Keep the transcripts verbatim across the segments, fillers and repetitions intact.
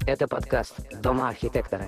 Это подкаст «Дома архитектора».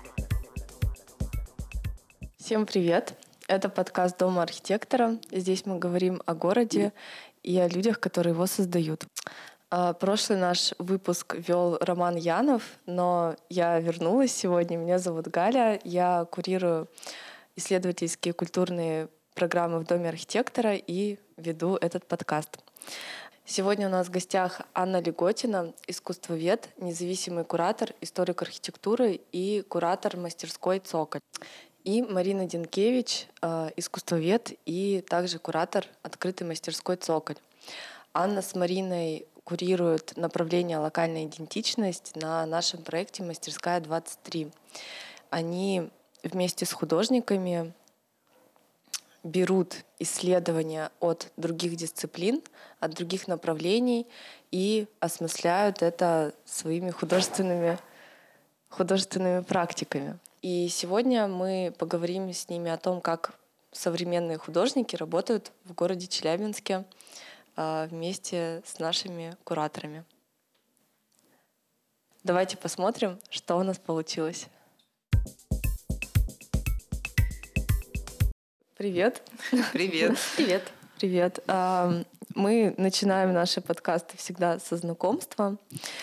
Всем привет! Это подкаст «Дома архитектора». Здесь мы говорим о городе и о людях, которые его создают. Прошлый наш выпуск вел Роман Янов, но я вернулась сегодня. Меня зовут Галя. Я курирую исследовательские культурные программы в Доме архитектора и веду этот подкаст. Сегодня у нас в гостях Анна Леготина, искусствовед, независимый куратор, историк архитектуры и куратор мастерской «Цоколь». И Марина Динкевич, искусствовед и также куратор открытой мастерской «Цоколь». Анна с Мариной курируют направление «Локальная идентичность» на нашем проекте «Мастерская двадцать три». Они вместе с художниками берут исследования от других дисциплин, от других направлений и осмысляют это своими художественными, художественными практиками. И сегодня мы поговорим с ними о том, как современные художники работают в городе Челябинске вместе с нашими кураторами. Давайте посмотрим, что у нас получилось. Привет. Привет. Привет. Привет. Мы начинаем наши подкасты всегда со знакомства.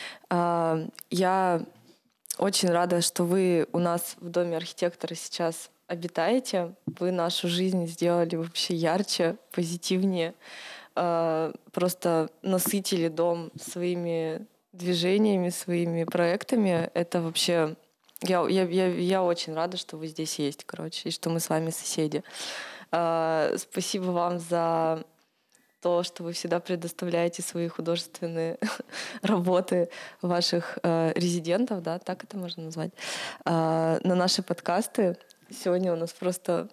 Я очень рада, что вы у нас в Доме архитектора сейчас обитаете. Вы нашу жизнь сделали вообще ярче, позитивнее. Просто насытили дом своими движениями, своими проектами. Это вообще... Я, я, я, я очень рада, что вы здесь есть, короче, и что мы с вами соседи. Uh, спасибо вам за то, что вы всегда предоставляете свои художественные работы ваших uh, резидентов, да, так это можно назвать, uh, на наши подкасты. Сегодня у нас просто...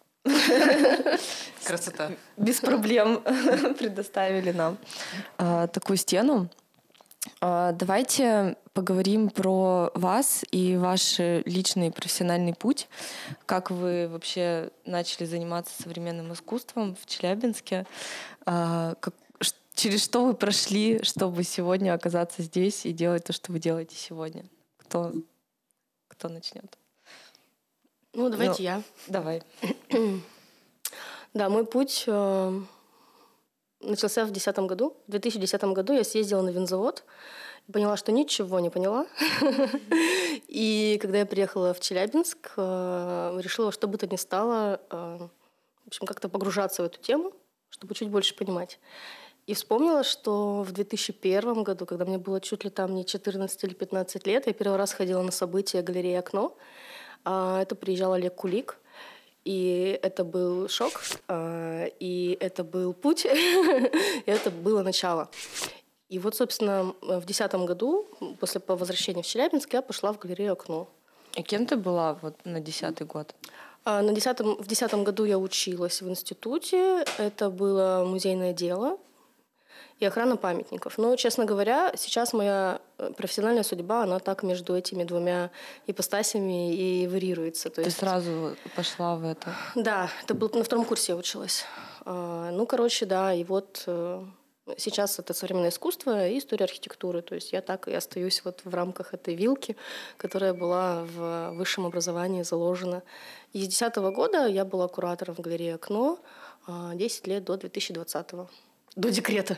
Красота. Без проблем предоставили нам uh, такую стену. Uh, давайте поговорим про вас и ваш личный и профессиональный путь. Как вы вообще начали заниматься современным искусством в Челябинске? Uh, как, через что вы прошли, чтобы сегодня оказаться здесь и делать то, что вы делаете сегодня? Кто, кто начнет? Ну, давайте ну, я. Давай. Да, мой путь э, начался в две тысячи десятом году. В две тысячи десятом году я съездила на винзавод, поняла, что ничего не поняла. И когда я приехала в Челябинск, э, решила во что бы то ни стало э, в общем, как-то погружаться в эту тему, чтобы чуть больше понимать. И вспомнила, что в две тысячи первом году, когда мне было чуть ли там не четырнадцать или пятнадцать лет, я первый раз ходила на событие галереи «Окно». Э, это приезжал Олег Кулик. И это был шок, э, и это был путь, и это было начало. И вот, собственно, в две тысячи десятом году, после возвращения в Челябинск, я пошла в галерею «Окно». И кем ты была вот на десятый год? А на десятом, в десятом году я училась в институте. Это было музейное дело и охрана памятников. Но, честно говоря, сейчас моя профессиональная судьба, она так между этими двумя ипостасями и варьируется. То Ты есть... сразу пошла в это? Да, это было на втором курсе я училась. Ну, короче, да, и вот... Сейчас это современное искусство и история архитектуры. То есть я так и остаюсь вот в рамках этой вилки, которая была в высшем образовании заложена. И с две тысячи десятого года я была куратором в галерее «Окно» десять лет до две тысячи двадцатого. До декрета.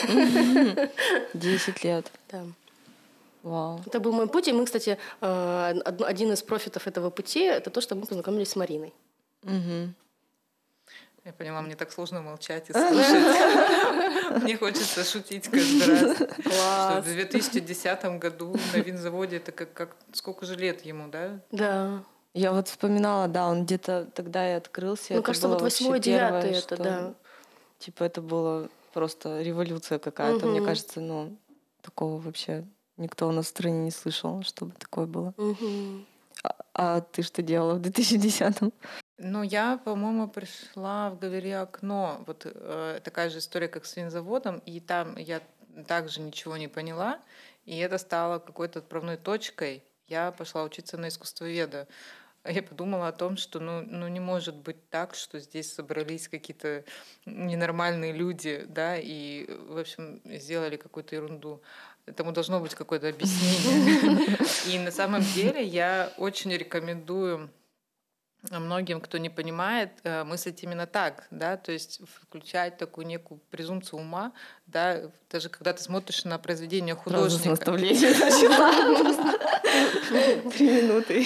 Десять лет. Да. Вау. Это был мой путь. И мы, кстати, один из профитов этого пути – это то, что мы познакомились с Мариной. Угу. Я поняла, мне так сложно молчать и слушать. Мне хочется шутить каждый раз. Что в две тысячи десятом году на винзаводе, это как, как сколько же лет ему, да? Да. Я вот вспоминала, да, он где-то тогда и открылся. Ну, это кажется, было вот восьмой, девятый это, что, да. Типа это было просто революция какая-то. Угу. Мне кажется, ну, такого вообще никто у нас в стране не слышал, чтобы такое было. Угу. А, а ты что делала в две тысячи десятом? Ну, я, по-моему, пришла в галерею «Окно». Вот э, такая же история, как с винзаводом. И там я также ничего не поняла. И это стало какой-то отправной точкой. Я пошла учиться на искусствоведа. Я подумала о том, что ну, ну не может быть так, что здесь собрались какие-то ненормальные люди, да, и, в общем, сделали какую-то ерунду. этому должно быть какое-то объяснение. И на самом деле я очень рекомендую многим, кто не понимает, мыслить именно так, да, то есть включать такую некую презумпцию ума, да, даже когда ты смотришь на произведение Сразу с художника. наставления начала. Три минуты.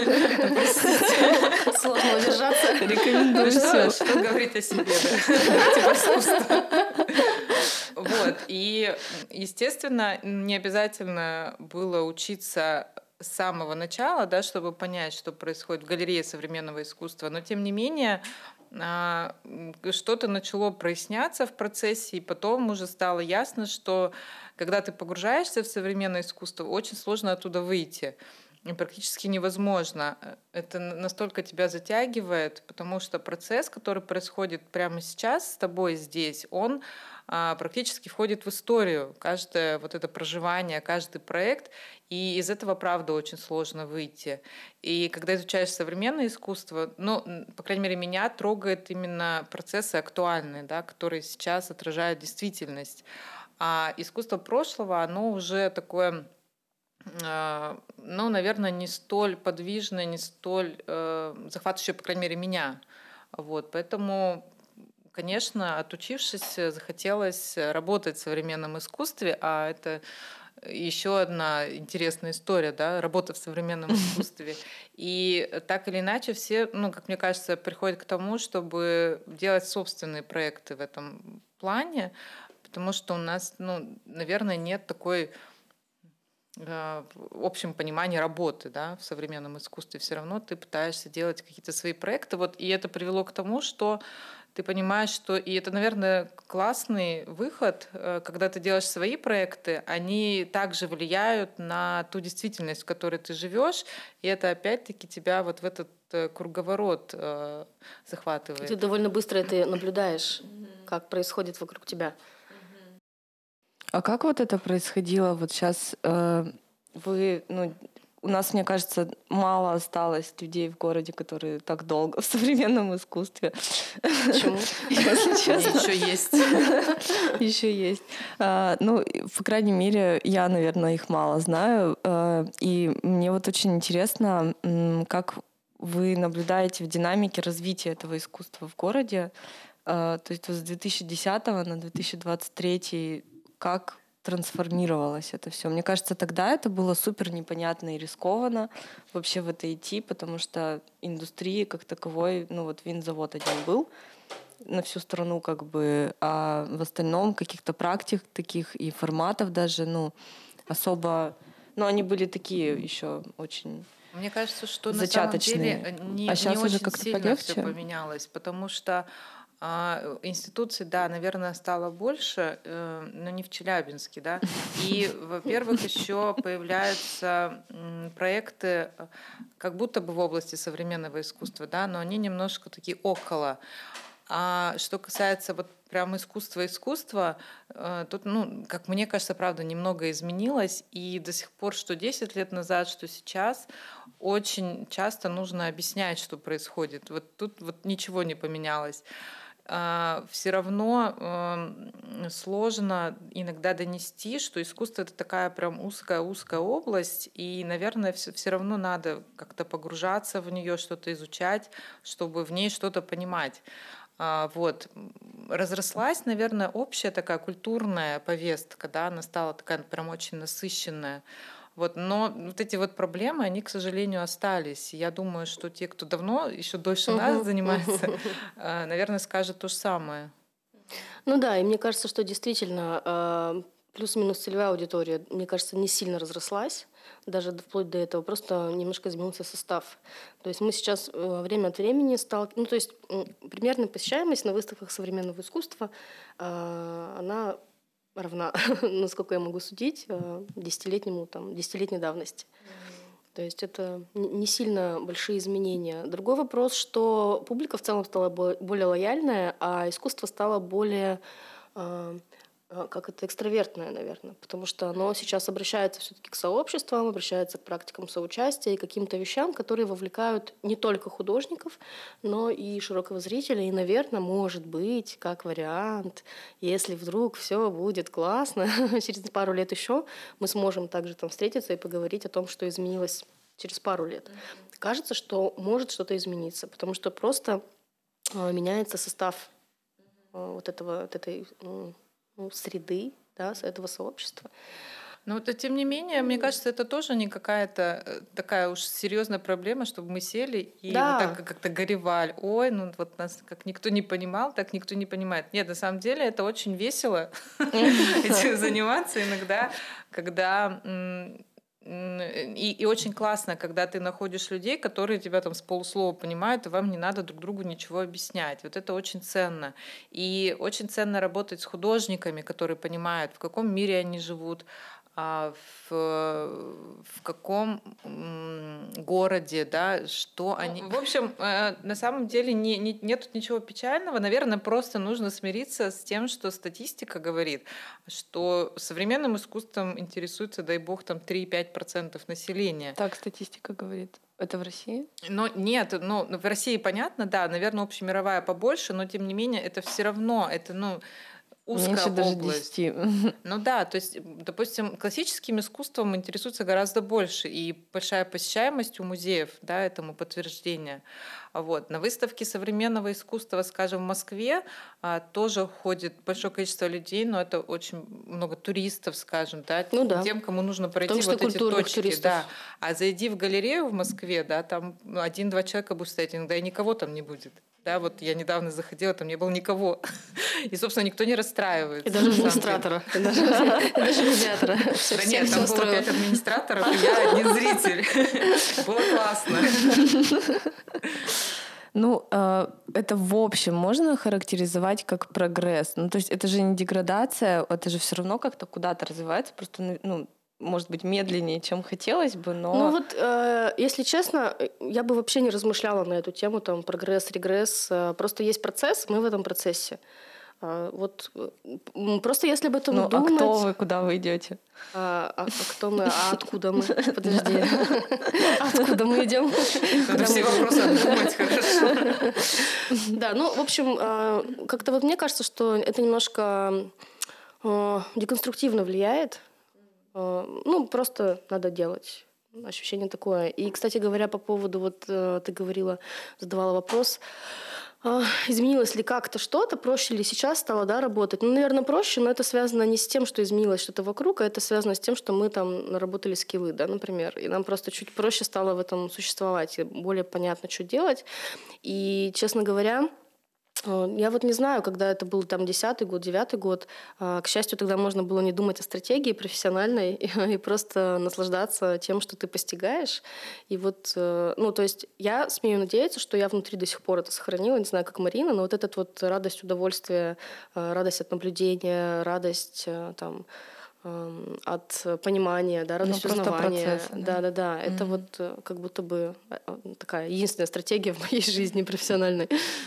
Сложно удержаться. Рекомендую Что, все. что говорить о себе, да? Типа искусство. Вот. И, естественно, не обязательно было учиться с самого начала, да, чтобы понять, что происходит в галерее современного искусства. Но, тем не менее, а, м, что-то начало проясняться в процессе, и потом уже стало ясно, что когда ты погружаешься в современное искусство, очень сложно оттуда выйти. И практически невозможно. Это н- настолько тебя затягивает, потому что процесс, который происходит прямо сейчас с тобой здесь, он а, практически входит в историю. Каждое вот это проживание, каждый проект, и из этого, правда, очень сложно выйти. И когда изучаешь современное искусство, ну, м, по крайней мере, меня трогает именно процессы актуальные, да, которые сейчас отражают действительность. А искусство прошлого, оно уже такое, а, ну, наверное, не столь подвижное, не столь э, захватывающее, по крайней мере, меня. Вот, поэтому, конечно, отучившись, э, захотелось э, работать в современном искусстве, а это еще одна интересная история, да, работа в современном искусстве. И э, так или иначе все, ну, как мне кажется, приходят к тому, чтобы делать собственные проекты в этом плане, потому что у нас, ну, наверное, нет такой э, в общем понимании работы, да, в современном искусстве. Все равно ты пытаешься делать какие-то свои проекты. Вот, и это привело к тому, что ты понимаешь, что... И это, наверное, классный выход, э, когда ты делаешь свои проекты, они также влияют на ту действительность, в которой ты живешь, и это опять-таки тебя вот в этот э, круговорот э, Ты захватывает. довольно быстро это наблюдаешь, как происходит вокруг тебя. А как вот это происходило? Вот сейчас э, вы, ну, у нас, мне кажется, мало осталось людей в городе, которые так долго в современном искусстве. Почему? Если честно. Еще есть. Еще есть. А, ну, и, по крайней мере, я, наверное, их мало знаю. А, и мне вот очень интересно, м, как вы наблюдаете в динамике развития этого искусства в городе. А, то есть вот с две тысячи десятого на две тысячи двадцать третий как трансформировалось это все. Мне кажется, тогда это было супер непонятно и рискованно вообще в это идти, потому что индустрии как таковой, ну вот винзавод один был на всю страну, как бы, а в остальном каких-то практик таких и форматов даже, ну, особо, ну, они были такие еще очень Мне кажется, что на самом зачаточные. деле не, А не сейчас уже очень как-то сильно все полегче. поменялось, потому что а, институций, да, наверное, стало больше, э, но не в Челябинске, да. И, во-первых, еще появляются м, проекты, э, как будто бы в области современного искусства, да, но они немножко такие около. А что касается вот прям искусства-искусства, э, тут, ну, как мне кажется, правда, немного изменилось. И до сих пор, что десять лет назад, что сейчас, очень часто нужно объяснять, что происходит. Вот тут вот ничего не поменялось. Все равно эм, сложно иногда донести, что искусство — это такая прям узкая-узкая область, и, наверное, все равно надо как-то погружаться в нее, что-то изучать, чтобы в ней что-то понимать. А, Вот. М, Разрослась, наверное, общая такая культурная повестка, да, она стала такая прям очень насыщенная. Вот. Но вот эти вот проблемы, они, к сожалению, остались. И я думаю, что те, кто давно, еще дольше нас Мгм. занимается, а, наверное, скажут то же самое. Ну да, и мне кажется, что действительно э, плюс-минус целевая аудитория, мне кажется, не сильно разрослась, даже д- вплоть до этого, просто немножко изменился состав. То есть мы сейчас э, время от времени сталкиваемся, ну то есть м, примерно посещаемость на выставках современного искусства, э, она равна, насколько я могу судить, э, десятилетнему, там, десятилетней давности. То есть это н- не сильно большие изменения. Другой вопрос, что публика в целом стала бо- более лояльная, а искусство стало более э, а, как это, экстравертное, наверное, потому что оно сейчас обращается все-таки к сообществам, обращается к практикам соучастия и каким-то вещам, которые вовлекают не только художников, но и широкого зрителя. И, наверное, может быть, как вариант, если вдруг все будет классно, через пару лет еще мы сможем также там встретиться и поговорить о том, что изменилось через пару лет. Кажется, что может что-то измениться, потому что просто э, меняется состав э, вот этого, вот этой ну, ну, среды, да, с этого сообщества. Но вот, тем не менее, мне кажется, это тоже не какая-то э, такая уж серьезная проблема, чтобы мы сели и Да. вот так как-то горевали. Ой, ну вот нас как никто не понимал, так никто не понимает. Нет, на самом деле это очень весело этим заниматься иногда, когда м, м, и, и очень классно, когда ты находишь людей, которые тебя там с полуслова понимают, и вам не надо друг другу ничего объяснять. Вот это очень ценно. И очень ценно работать с художниками, которые понимают, в каком мире они живут, а, в, в каком м, городе, да, что они... В общем, э, на самом деле не, не, нет тут ничего печального. Наверное, просто нужно смириться с тем, что статистика говорит, что современным искусством интересуется, дай бог, там три-пять процентов населения. Так статистика говорит. Это в России? Но нет, ну, в России понятно, да, наверное, общемировая побольше, но тем не менее это все равно, это, ну, узкая Меньше даже область. десяти. Ну да, то есть, допустим, классическим искусством интересуется гораздо больше, и большая посещаемость у музеев, да, этому подтверждение. Вот. На выставке современного искусства, скажем, в Москве а, тоже ходит большое количество людей, но это очень много туристов, скажем, да, Ну да. тем, кому нужно пройти числе вот эти культурных точки. туристов. Да. А зайди в галерею в Москве, да, там один-два человека будут стоять, иногда и никого там не будет. Да, вот я недавно заходила, там не было никого. И, собственно, никто не расстраивается. И даже администратора. И даже медиатора. Да нет, там было пять администраторов, и я один зритель. Было классно. Ну, э, это в общем можно характеризовать как прогресс. Ну, то есть это же не деградация, это же все равно как-то куда-то развивается, просто, ну, может быть, медленнее, чем хотелось бы, но... Ну вот, э, если честно, я бы вообще не размышляла на эту тему, там, прогресс, регресс. Просто есть процесс, мы в этом процессе. А, вот м, просто если об этом Ну, думать... а кто вы, куда вы идете? А, а- а кто мы? А откуда мы? Подожди. Откуда мы идем? Надо все вопросы обдумать хорошо. Да, ну, в общем, а, как-то вот мне кажется, что это немножко а, деконструктивно влияет. А, Ну, просто надо делать. Ощущение такое. И, кстати говоря, по поводу, вот э, ты говорила, задавала вопрос, а, изменилось ли как-то что-то, проще ли сейчас стало, да, работать? Ну, наверное, проще, но это связано не с тем, что изменилось что-то вокруг, а это связано с тем, что мы там наработали скиллы, да, например, и нам просто чуть проще стало в этом существовать, и более понятно, что делать. И, честно говоря, э, я вот не знаю, когда это был там десятый год, девятый год. а, К счастью, тогда можно было не думать о стратегии профессиональной и, и просто наслаждаться тем, что ты постигаешь. И вот, э, ну, то есть я смею надеяться, что я внутри до сих пор это сохранила, не знаю, как Марина, но вот этот вот радость, удовольствие, э, радость от наблюдения, радость э, там эм, от понимания, да, радость Ну, просто узнавания. процесса, да. Да, да, да. Это Мгм. вот э, как будто бы э, э, такая единственная стратегия в моей жизни профессиональной.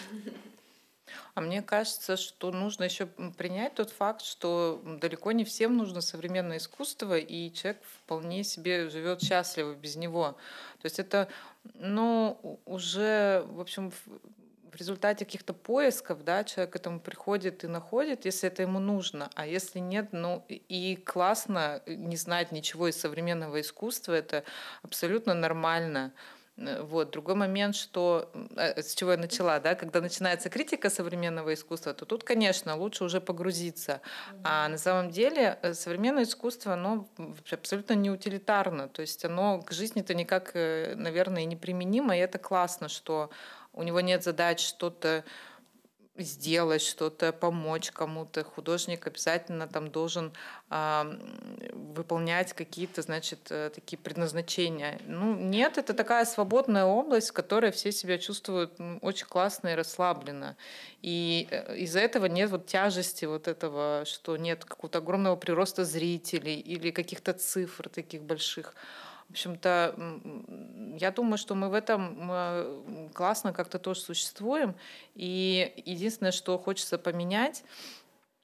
А мне кажется, что нужно еще принять тот факт, что далеко не всем нужно современное искусство, и человек вполне себе живет счастливо без него. То есть это, ну, у- уже, в общем, в в результате каких-то поисков, да, человек к этому приходит и находит, если это ему нужно. А если нет, ну и и классно не знать ничего из современного искусства, это абсолютно нормально. Э, Вот. Другой момент, что э, с чего я начала, да, когда начинается критика современного искусства, то тут, конечно, лучше уже погрузиться. А на самом деле э, современное искусство, оно вообще абсолютно не утилитарно, то есть оно к жизни-то никак, э, наверное, и не применимо, и это классно, что у него нет задач что-то сделать, что-то помочь кому-то. Художник обязательно там должен а, м, выполнять какие-то, значит, э, такие предназначения. Ну, нет, это такая свободная область, в которой все себя чувствуют м, очень классно и расслабленно. И э, из-за этого нет вот тяжести вот этого, что нет какого-то огромного прироста зрителей или каких-то цифр таких больших. В общем-то, м, я думаю, что мы в этом э, классно как-то тоже существуем. И единственное, что хочется поменять,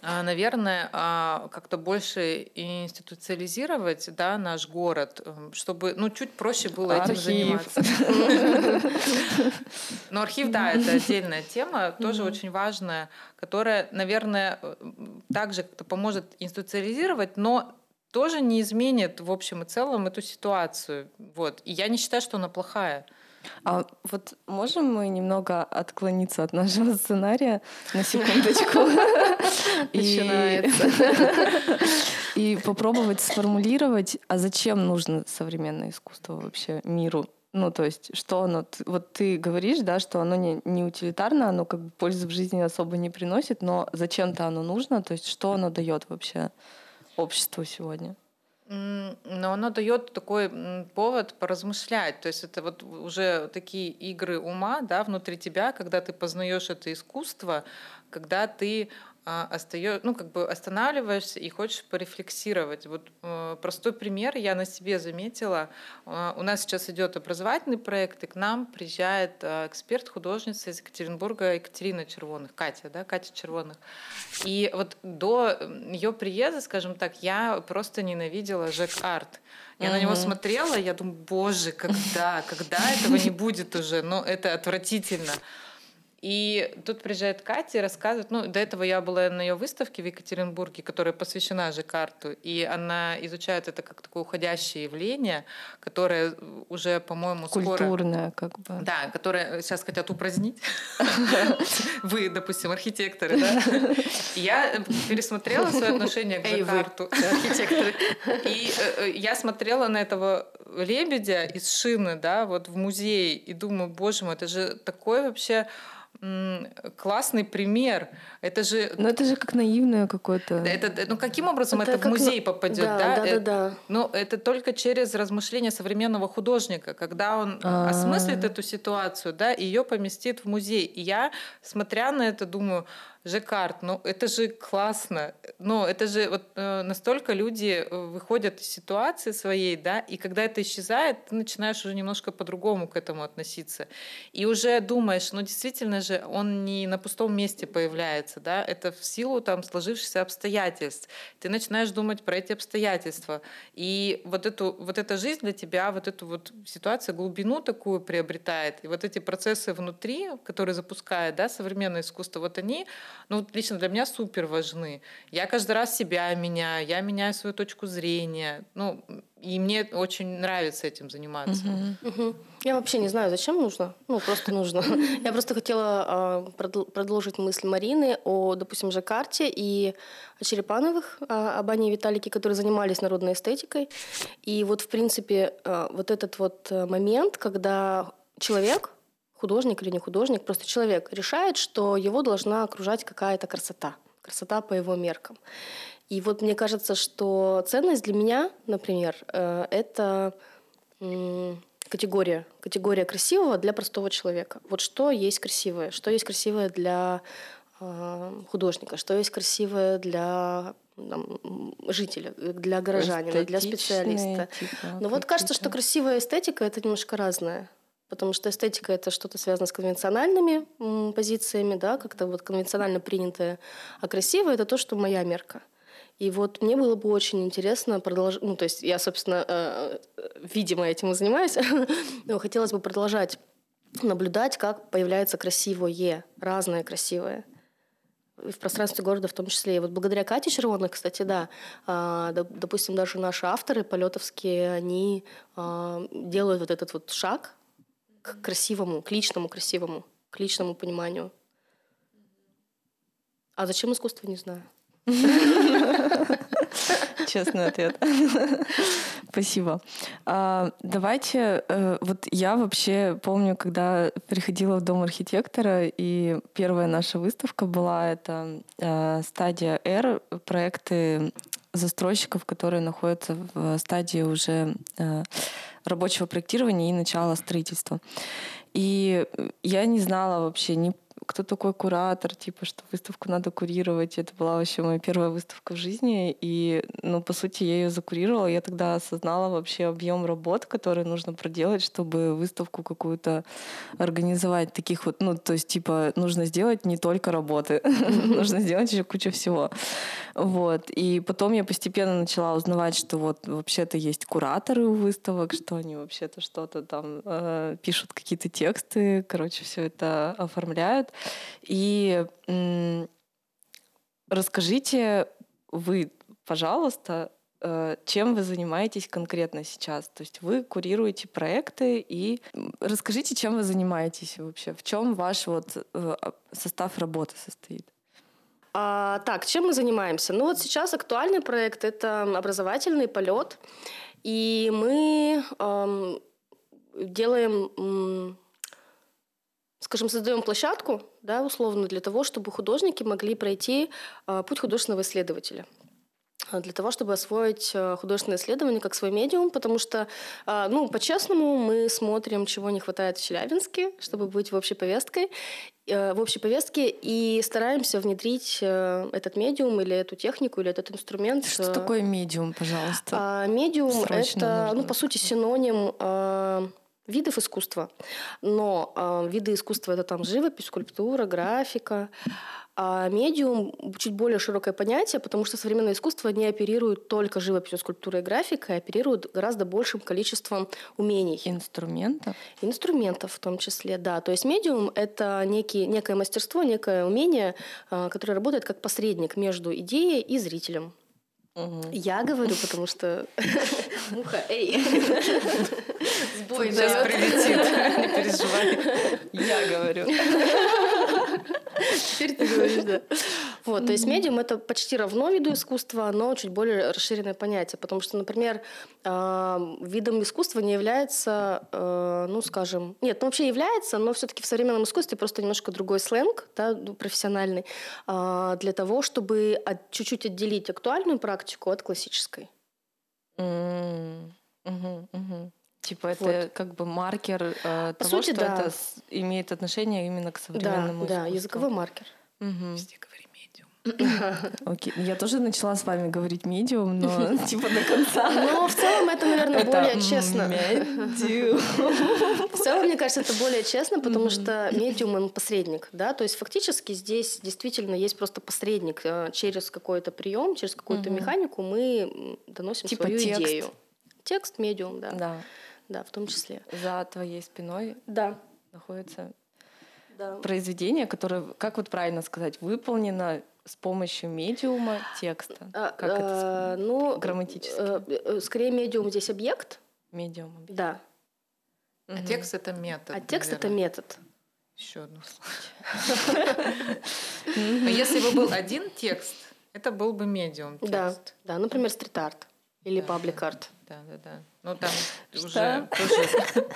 А, Наверное, а, как-то больше институциализировать, да, наш город, м, чтобы, ну, чуть проще было этим Архив. заниматься. Но архив, да, это отдельная тема, тоже Мгм. очень важная, которая, наверное, э, м, также как-то поможет институциализировать, но тоже не изменит в общем и целом эту ситуацию. Вот. И я не считаю, что она плохая. А вот можем мы немного отклониться от нашего сценария на секундочку и Начинается. и попробовать сформулировать, а зачем нужно современное искусство вообще миру? Ну, то есть, что оно... т- Вот ты говоришь, да, что оно не, не утилитарно, оно как бы пользы в жизни особо не приносит, но зачем-то оно нужно? То есть, что оно дает вообще обществу сегодня? М, Но оно дает такой м, повод поразмышлять. То есть это вот уже такие игры ума, да, внутри тебя, когда ты познаешь это искусство, когда ты остаешь, ну, как бы останавливаешься и хочешь порефлексировать. Вот э, простой пример я на себе заметила. Э, У нас сейчас идет образовательный проект, и к нам приезжает э, эксперт, художница из Екатеринбурга Екатерина Червоных, Катя, да, Катя Червоных. И вот до ее приезда, скажем так, я просто ненавидела Жек-арт. Я на него Мгм. смотрела, я думаю, боже, когда, когда этого не будет уже, но это отвратительно. И тут приезжает Катя и рассказывает, ну, до этого я была на ее выставке в Екатеринбурге, которая посвящена Жекарту, и она изучает это как такое уходящее явление, которое уже, по-моему, скоро... Культурное, как бы. Да, которые сейчас хотят упразднить. Вы, допустим, архитекторы, да? Я пересмотрела свое отношение к Эй, вы, Жакарту. архитекторы. И э, я смотрела на этого лебедя из шины, да, вот в музее, и думаю, боже мой, это же такой вообще м, классный пример. Это же Но это же как наивное какое-то... это, ну каким образом это, Это в как музей на- попадет, Да, да? да, да, Э, да. Но это только через размышления современного художника, когда он А, осмыслит эту ситуацию, да, и ее поместит в музей. И я, смотря на это, думаю, Жекарт, ну это же классно, но это же вот э, настолько люди э, выходят из ситуации своей, да, и когда это исчезает, ты начинаешь уже немножко по-другому к этому относиться. И уже думаешь, ну действительно же он не на пустом месте появляется, да, это в силу там сложившихся обстоятельств. Ты начинаешь думать про эти обстоятельства. И вот, эту, вот эта жизнь для тебя, вот эту вот ситуацию, глубину такую приобретает. И вот эти процессы внутри, которые запускает, да, современное искусство, вот они, ну, вот лично для меня супер важны. Я каждый раз себя меняю, я меняю свою точку зрения. Ну, и мне очень нравится этим заниматься. мгм. Мгм. Я вообще не знаю, зачем нужно. Ну, просто нужно. Я просто хотела а, продл- продолжить мысль Марины о, допустим, Жакарте и о Черепановых, а, об Ане и Виталике, которые занимались народной эстетикой. И вот, в принципе, а, вот этот вот э, момент, когда человек, художник или не художник, просто человек решает, что его должна окружать какая-то красота. Красота по его меркам. И вот мне кажется, что ценность для меня, например, э, это м, категория, категория красивого для простого человека. Вот что есть красивое, что есть красивое для э, художника, что есть красивое для там, м, жителя, э, для горожанина, для специалиста. Эстетичные, типа, Но вот кажется, что какие-то. красивая эстетика — это немножко разное. Потому что эстетика — это что-то связано с конвенциональными м, позициями, да, как-то вот конвенционально принятое. А красивое — это то, что моя мерка. И вот мне было бы очень интересно продолжать, ну, то есть я, собственно, э, э, видимо, этим и занимаюсь, но хотелось бы продолжать наблюдать, как появляется красивое, разное красивое. И в пространстве города в том числе. И вот благодаря Кате Червоной, кстати, да, а, доп- допустим, даже наши авторы полетовские, они а, делают вот этот вот шаг к красивому, к личному красивому, к личному пониманию. А зачем искусство, не знаю. Честный ответ. Спасибо. А, давайте, э, вот я вообще помню, когда приходила в Дом архитектора, и первая наша выставка была, это э, стадия R, проекты застройщиков, которые находятся в стадии уже э, рабочего проектирования и начала строительства. И я не знала вообще ни кто такой куратор, типа, что выставку надо курировать. Это была вообще моя первая выставка в жизни, и, ну, по сути, я ее закурировала. Я тогда осознала вообще объем работ, которые нужно проделать, чтобы выставку какую-то организовать. Таких вот, ну, то есть, типа, нужно сделать не только работы, нужно сделать еще кучу всего. Вот. И потом я постепенно начала узнавать, что вот вообще-то есть кураторы у выставок, что они вообще-то что-то там э, пишут какие-то тексты, короче, все это оформляют. И м- расскажите вы, пожалуйста, э, чем вы занимаетесь конкретно сейчас? То есть вы курируете проекты, и расскажите, чем вы занимаетесь вообще, в чем ваш вот э, состав работы состоит? А, так, чем мы занимаемся? Ну вот сейчас актуальный проект — это образовательный полет, и мы эм, делаем, м, скажем, создаем площадку, да, условно, для того, чтобы художники могли пройти э, путь художественного исследователя. Для того, чтобы освоить художественное исследование как свой медиум, потому что, ну, по-честному, мы смотрим, чего не хватает в Челябинске, чтобы быть в общей повесткой, в общей повестке, и стараемся внедрить этот медиум или эту технику, или этот инструмент. Что такое медиум, пожалуйста? Медиум — Срочно это, нужно. ну, по сути, синоним видов искусства. Но э, виды искусства — это там живопись, скульптура, графика. А медиум — чуть более широкое понятие, потому что современное искусство не оперирует только живописью, скульптурой и графикой, а оперирует гораздо большим количеством умений. Инструментов? Инструментов в том числе, да. То есть медиум — это некий, некое мастерство, некое умение, э, которое работает как посредник между идеей и зрителем. Угу. Я говорю, потому что... Муха, эй! Сбой сейчас прилетит, не переживай. Я говорю. Теперь ты говоришь, да. Вот, то есть медиум — это почти равно виду искусства, но чуть более расширенное понятие, потому что, например, видом искусства не является, ну, скажем, нет, ну, вообще является, но все-таки в современном искусстве просто немножко другой сленг, да, профессиональный, для того, чтобы чуть-чуть отделить актуальную практику от классической. Mm-hmm. Uh-huh, uh-huh. Типа это вот. Как бы маркер э, По того, сути, что да. это с, имеет отношение именно к современному да, искусству. Да, языковой маркер. Угу. Везде говори медиум. Окей. Я тоже начала с вами говорить медиум, но типа до конца. Ну, в целом это, наверное, более честно. Медиум. В целом, мне кажется, это более честно, потому что медиум, он посредник, да, то есть фактически здесь действительно есть просто посредник. Через какой-то прием, через какую-то механику мы доносим свою идею. Текст, медиум, да. Да. Да, в том числе. За твоей спиной да. находится да. произведение, которое, как вот правильно сказать, выполнено с помощью медиума текста. А, как а, это ну, грамматически? А, скорее медиум здесь объект. Медиум. Объект. Да. А угу. текст — это метод. А текст — это метод. Еще одно слово. Но если бы был один текст, это был бы медиум текст. Да, например, стрит-арт или паблик-арт. Да, да, да. Ну там уже тоже.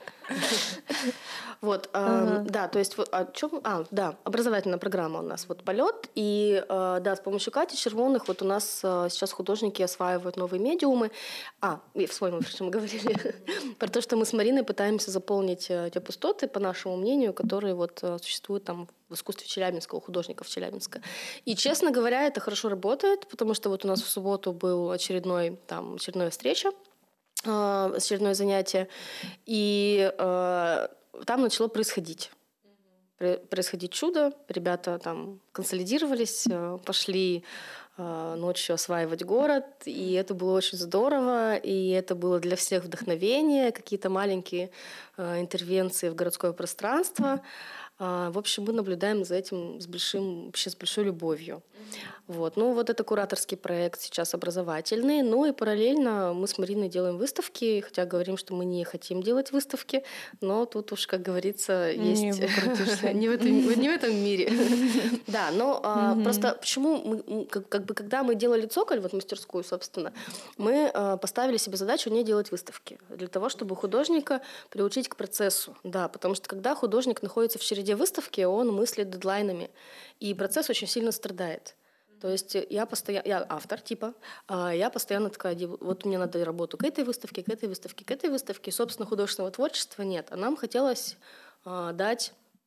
Вот, э, да, то есть, о чем? А, да, образовательная программа у нас, вот полет, и э, да, с помощью Кати Червоных вот у нас э, сейчас художники осваивают новые медиумы. А, и в своем эфире мы говорили про то, что мы с Мариной пытаемся заполнить э, те пустоты, по нашему мнению, которые вот э, существуют там в искусстве Челябинска, у художников Челябинска. И, честно говоря, это хорошо работает, потому что вот у нас в субботу был очередной, там, очередная встреча, э, очередное занятие, и э, там начало происходить. Происходить чудо. Ребята там консолидировались, пошли ночью осваивать город, и это было очень здорово, и это было для всех вдохновение, какие-то маленькие интервенции в городское пространство. В общем, мы наблюдаем за этим с, большим, вообще с большой любовью. Вот. Ну, вот это кураторский проект сейчас образовательный. Ну и параллельно мы с Мариной делаем выставки, хотя говорим, что мы не хотим делать выставки, но тут уж, как говорится, есть... Не в этом мире. Да, но просто почему... Как бы когда мы делали цоколь, вот мастерскую, собственно, мы поставили себе задачу не делать выставки. Для того, чтобы художника приучить к процессу. Да, потому что когда художник находится в череде выставки, он мыслит дедлайнами, и процесс очень сильно страдает. То есть я постоянно, я автор типа, я постоянно такая, вот мне надо работу к этой выставке, к этой выставке, к этой выставке. Собственно, художественного творчества нет. А нам хотелось дать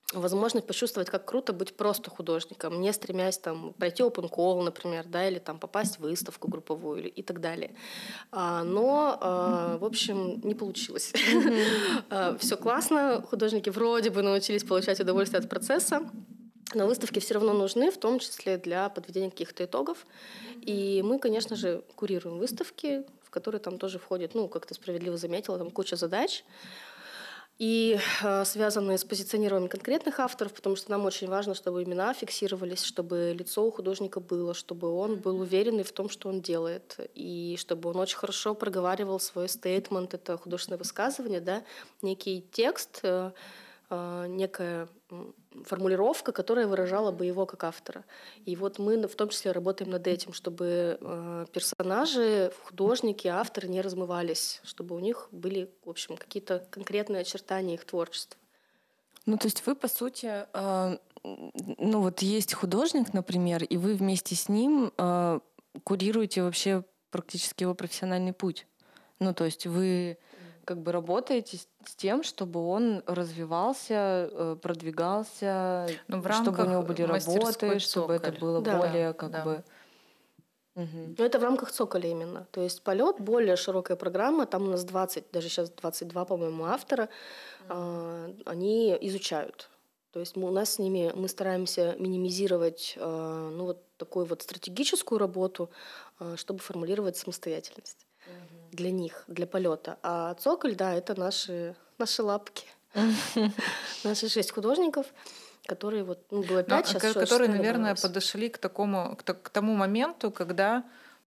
возможность почувствовать, как круто быть просто художником, не стремясь там пройти open call, например, да, или там попасть в выставку групповую или, и так далее. А, но, а, в общем, не получилось. Mm-hmm. Все классно, художники вроде бы научились получать удовольствие от процесса, но выставки все равно нужны, в том числе для подведения каких-то итогов. И мы, конечно же, курируем выставки, в которые там тоже входит, ну, как ты справедливо заметила, там куча задач. И э, связанные с позиционированием конкретных авторов, потому что нам очень важно, чтобы имена фиксировались, чтобы лицо у художника было, чтобы он был уверенный в том, что он делает, и чтобы он очень хорошо проговаривал свой стейтмент, это художественное высказывание, да, некий текст, э, э, некая формулировка, которая выражала бы его как автора. И вот мы в том числе работаем над этим, чтобы э, персонажи, художники, авторы не размывались, чтобы у них были, в общем, какие-то конкретные очертания их творчества. Ну, то есть вы, по сути, э, ну вот есть художник, например, и вы вместе с ним э, курируете вообще практически его профессиональный путь. Ну, то есть вы как бы работаете с тем, чтобы он развивался, продвигался, ну, в чтобы у него были работы, чтобы это было да, более как да. бы... Угу. Но это в рамках цоколя именно. То есть полет более широкая программа, там у нас двадцать, даже сейчас двадцать два, по-моему, автора, mm-hmm. э, они изучают. То есть мы, у нас с ними мы стараемся минимизировать э, ну, вот такую вот стратегическую работу, э, чтобы формулировать самостоятельность. Для них, для полета. А цоколь, да, это наши, наши лапки. Наши шесть художников, которые вот, ну, было пять, сейчас шесть. Которые, наверное, подошли к такому, к, к тому моменту, когда,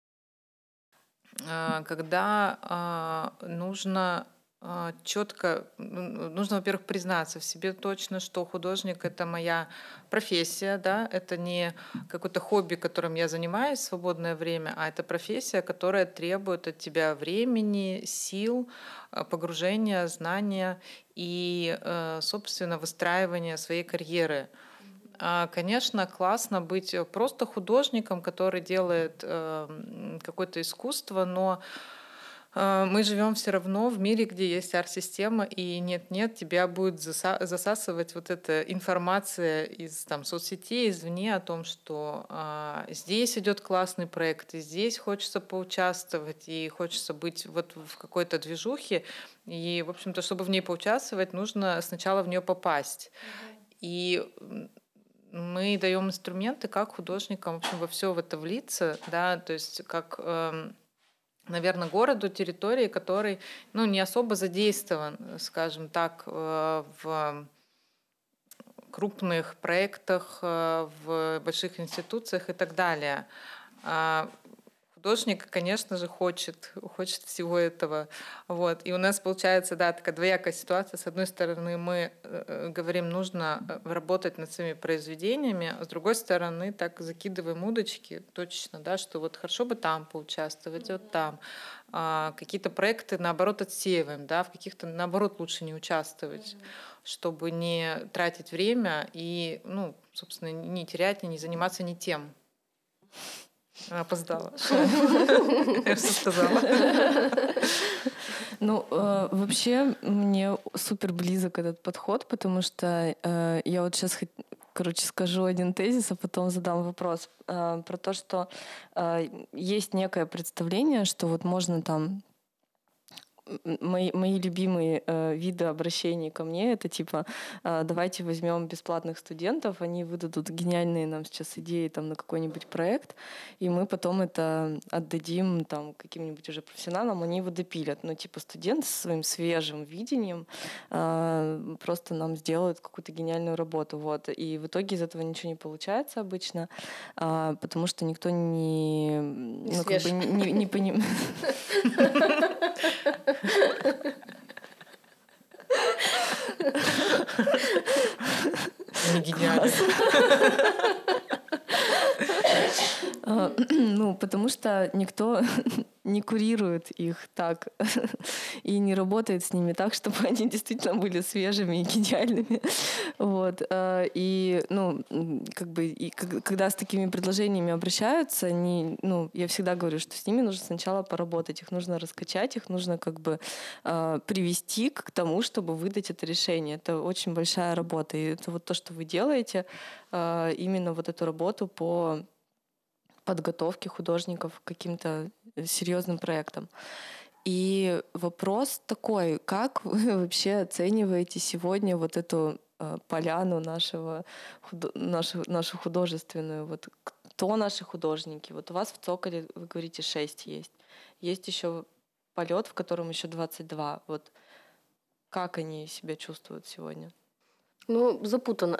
когда нужно четко, нужно, во-первых, признаться в себе точно, что художник — это моя профессия, да, это не какое-то хобби, которым я занимаюсь в свободное время, а это профессия, которая требует от тебя времени, сил, погружения, знания и, собственно, выстраивания своей карьеры. Конечно, классно быть просто художником, который делает какое-то искусство, но мы живем все равно в мире, где есть арт-система, и нет-нет, тебя будет засасывать вот эта информация из там, соцсетей, извне о том, что а, здесь идет классный проект, и здесь хочется поучаствовать, и хочется быть вот в какой-то движухе. И, в общем-то, чтобы в ней поучаствовать, нужно сначала в нее попасть. Mm-hmm. И мы даем инструменты, как художникам, в общем, во все в это влиться, да, то есть как... Эм, наверное, городу, территории, который, ну, не особо задействован, скажем так, в крупных проектах, в больших институциях и так далее. Художник, конечно же, хочет, хочет всего этого. Вот. И у нас получается, да, такая двоякая ситуация. С одной стороны, мы э, говорим, нужно работать над своими произведениями, а с другой стороны, так закидываем удочки точечно, да, что вот хорошо бы там поучаствовать, вот там. А какие-то проекты, наоборот, отсеиваем, да, в каких-то, наоборот, лучше не участвовать, mm-hmm. чтобы не тратить время и, ну, собственно, не терять, не заниматься не тем. Опоздала. Я все сказала. Ну, э, вообще, мне супер близок этот подход, потому что э, я вот сейчас, короче, скажу один тезис, а потом задам вопрос э, про то, что э, есть некое представление, что вот можно там Мои, мои любимые э, виды обращений ко мне — это типа э, давайте возьмем бесплатных студентов, они выдадут гениальные нам сейчас идеи там, на какой-нибудь проект, и мы потом это отдадим там, каким-нибудь уже профессионалам, они его допилят. Ну, типа студент со своим свежим видением э, просто нам сделают какую-то гениальную работу. Вот. И в итоге из этого ничего не получается обычно, э, потому что никто не, не, ну, как бы не, не, не понимает. Не гениально. А, ну, потому что никто не курирует их так и не работает с ними так, чтобы они действительно были свежими и гениальными. Вот. а, И, ну, м, как бы, и как- когда с такими предложениями обращаются, они, ну, я всегда говорю, что с ними нужно сначала поработать, их нужно раскачать, их нужно как бы а, привести к тому, чтобы выдать это решение. Это очень большая работа. И это вот то, что вы делаете, а, именно вот эту работу по подготовки художников к каким-то серьезным проектам. И вопрос такой, как вы вообще оцениваете сегодня вот эту э, поляну нашего, худо- нашу, нашу художественную? Вот кто наши художники? Вот у вас в Цоколе, вы говорите, шесть есть. Есть еще полет, в котором еще двадцать два. Вот как они себя чувствуют сегодня? Ну, запутанно.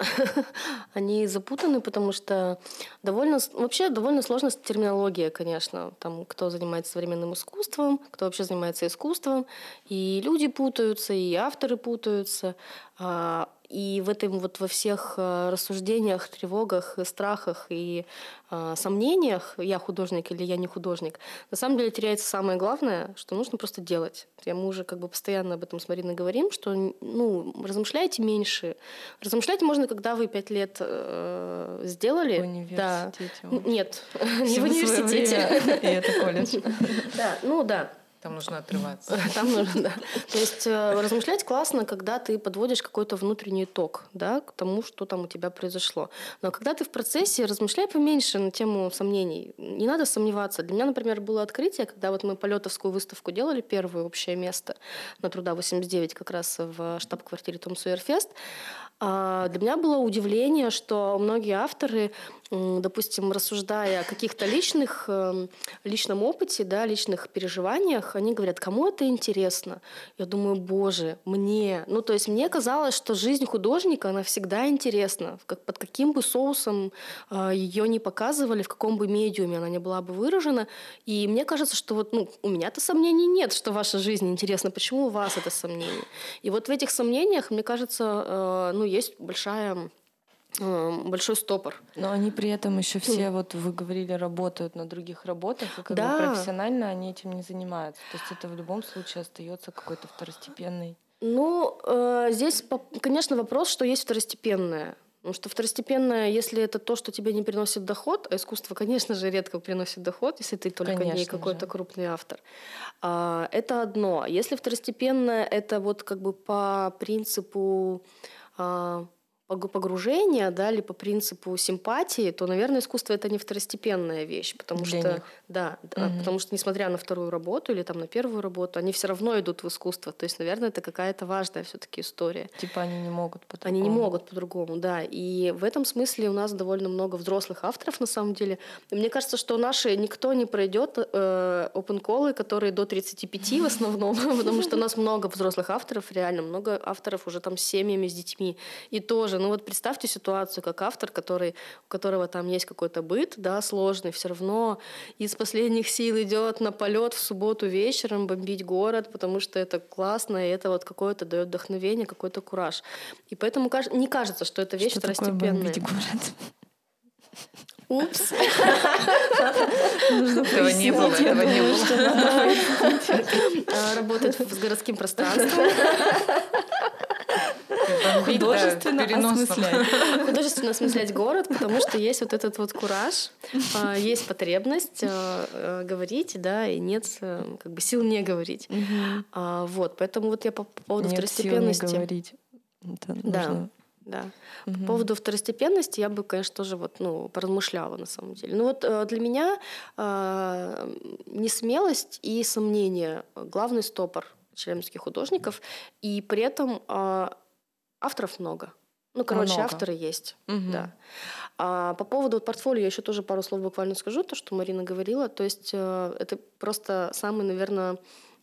Они запутаны, потому что довольно, с- вообще довольно сложная терминология, конечно. Там, кто занимается современным искусством, кто вообще занимается искусством. И люди путаются, и авторы путаются. А, И в этом вот во всех а, рассуждениях, тревогах, и страхах и а, сомнениях, я художник или я не художник, на самом деле теряется самое главное, что нужно просто делать. Я, мы уже как бы постоянно об этом с Мариной говорим, что ну, размышляйте меньше. Размышлять можно, когда вы пять лет э, сделали. В университете, Да. может. Нет, не в Всего свое университете. время, и это колледж. Да, ну да. Там нужно отрываться. Там нужно, да. То есть э, размышлять классно, когда ты подводишь какой-то внутренний итог, да, к тому, что там у тебя произошло. Но когда ты в процессе, размышляй поменьше на тему сомнений. Не надо сомневаться. Для меня, например, было открытие, когда вот мы полетовскую выставку делали, первое общее место на Труда восемьдесят девять, как раз в штаб-квартире Том Сойер Фест. А для меня было удивление, что многие авторы, м, допустим, рассуждая о каких-то личных, эм, личном опыте, да, личных переживаниях, они говорят, кому это интересно? Я думаю, боже, мне. Ну, то есть мне казалось, что жизнь художника, она всегда интересна. Как, под каким бы соусом э, ее не показывали, в каком бы медиуме она не была бы выражена. И мне кажется, что вот, ну, у меня-то сомнений нет, что ваша жизнь интересна. Почему у вас это сомнение? И вот в этих сомнениях, мне кажется, э, ну, есть большая, э, большой стопор. Но они при этом еще все, вот вы говорили, работают на других работах, и как бы Да. профессионально они этим не занимаются. То есть это в любом случае остается какой-то второстепенный. Ну, э, здесь, по- конечно, вопрос, что есть второстепенное. Потому что второстепенное, если это то, что тебе не приносит доход, а искусство, конечно же, редко приносит доход, если ты только не Конечно какой-то же. крупный автор. А, это одно. Если второстепенное, это вот как бы по принципу а, пог- погружения, да, или по принципу симпатии, то, наверное, искусство это не второстепенная вещь, потому Для что, них. да, да, Мгм. потому что несмотря на вторую работу или там на первую работу, они все равно идут в искусство. То есть, наверное, это какая-то важная все-таки история. Типа они не могут по-другому. Они не могут по-другому, да. И в этом смысле у нас довольно много взрослых авторов, на самом деле. И мне кажется, что наши никто не пройдет э, open-колы, которые до тридцати пяти в основном, потому что у нас много взрослых авторов, реально много авторов уже там с семьями, с детьми. И тоже, ну вот представьте ситуацию, как автор, который, у которого там есть какой-то быт, да, сложный, все равно из последних сил идет на полет в субботу вечером бомбить город, потому что это классно, и это вот какое-то дает вдохновение, какой-то кураж. И поэтому каж- не кажется, что это вещь Что такое второстепенная. бомбить город? Упс. Этого не было, этого не было. А, Работает с городским пространством. Бомбить, да, в Художественно переносном. осмыслять. Художественно осмыслять город, потому что есть вот этот вот кураж, а, есть потребность а, а, говорить, да, и нет а, как бы сил не говорить. Мгм. А, Вот, поэтому вот я по по поводу Нет сил не второстепенности. говорить. Это Да. нужно. Да. Мгм. По поводу второстепенности я бы, конечно, тоже вот, ну, поразмышляла на самом деле. Ну вот э, для меня э, несмелость и сомнение — главный стопор челябинских художников. И при этом э, авторов много. Ну, короче, Много. авторы есть. Мгм. Да. А по поводу вот портфолио я еще тоже пару слов буквально скажу, то, что Марина говорила. То есть э, это просто самый, наверное,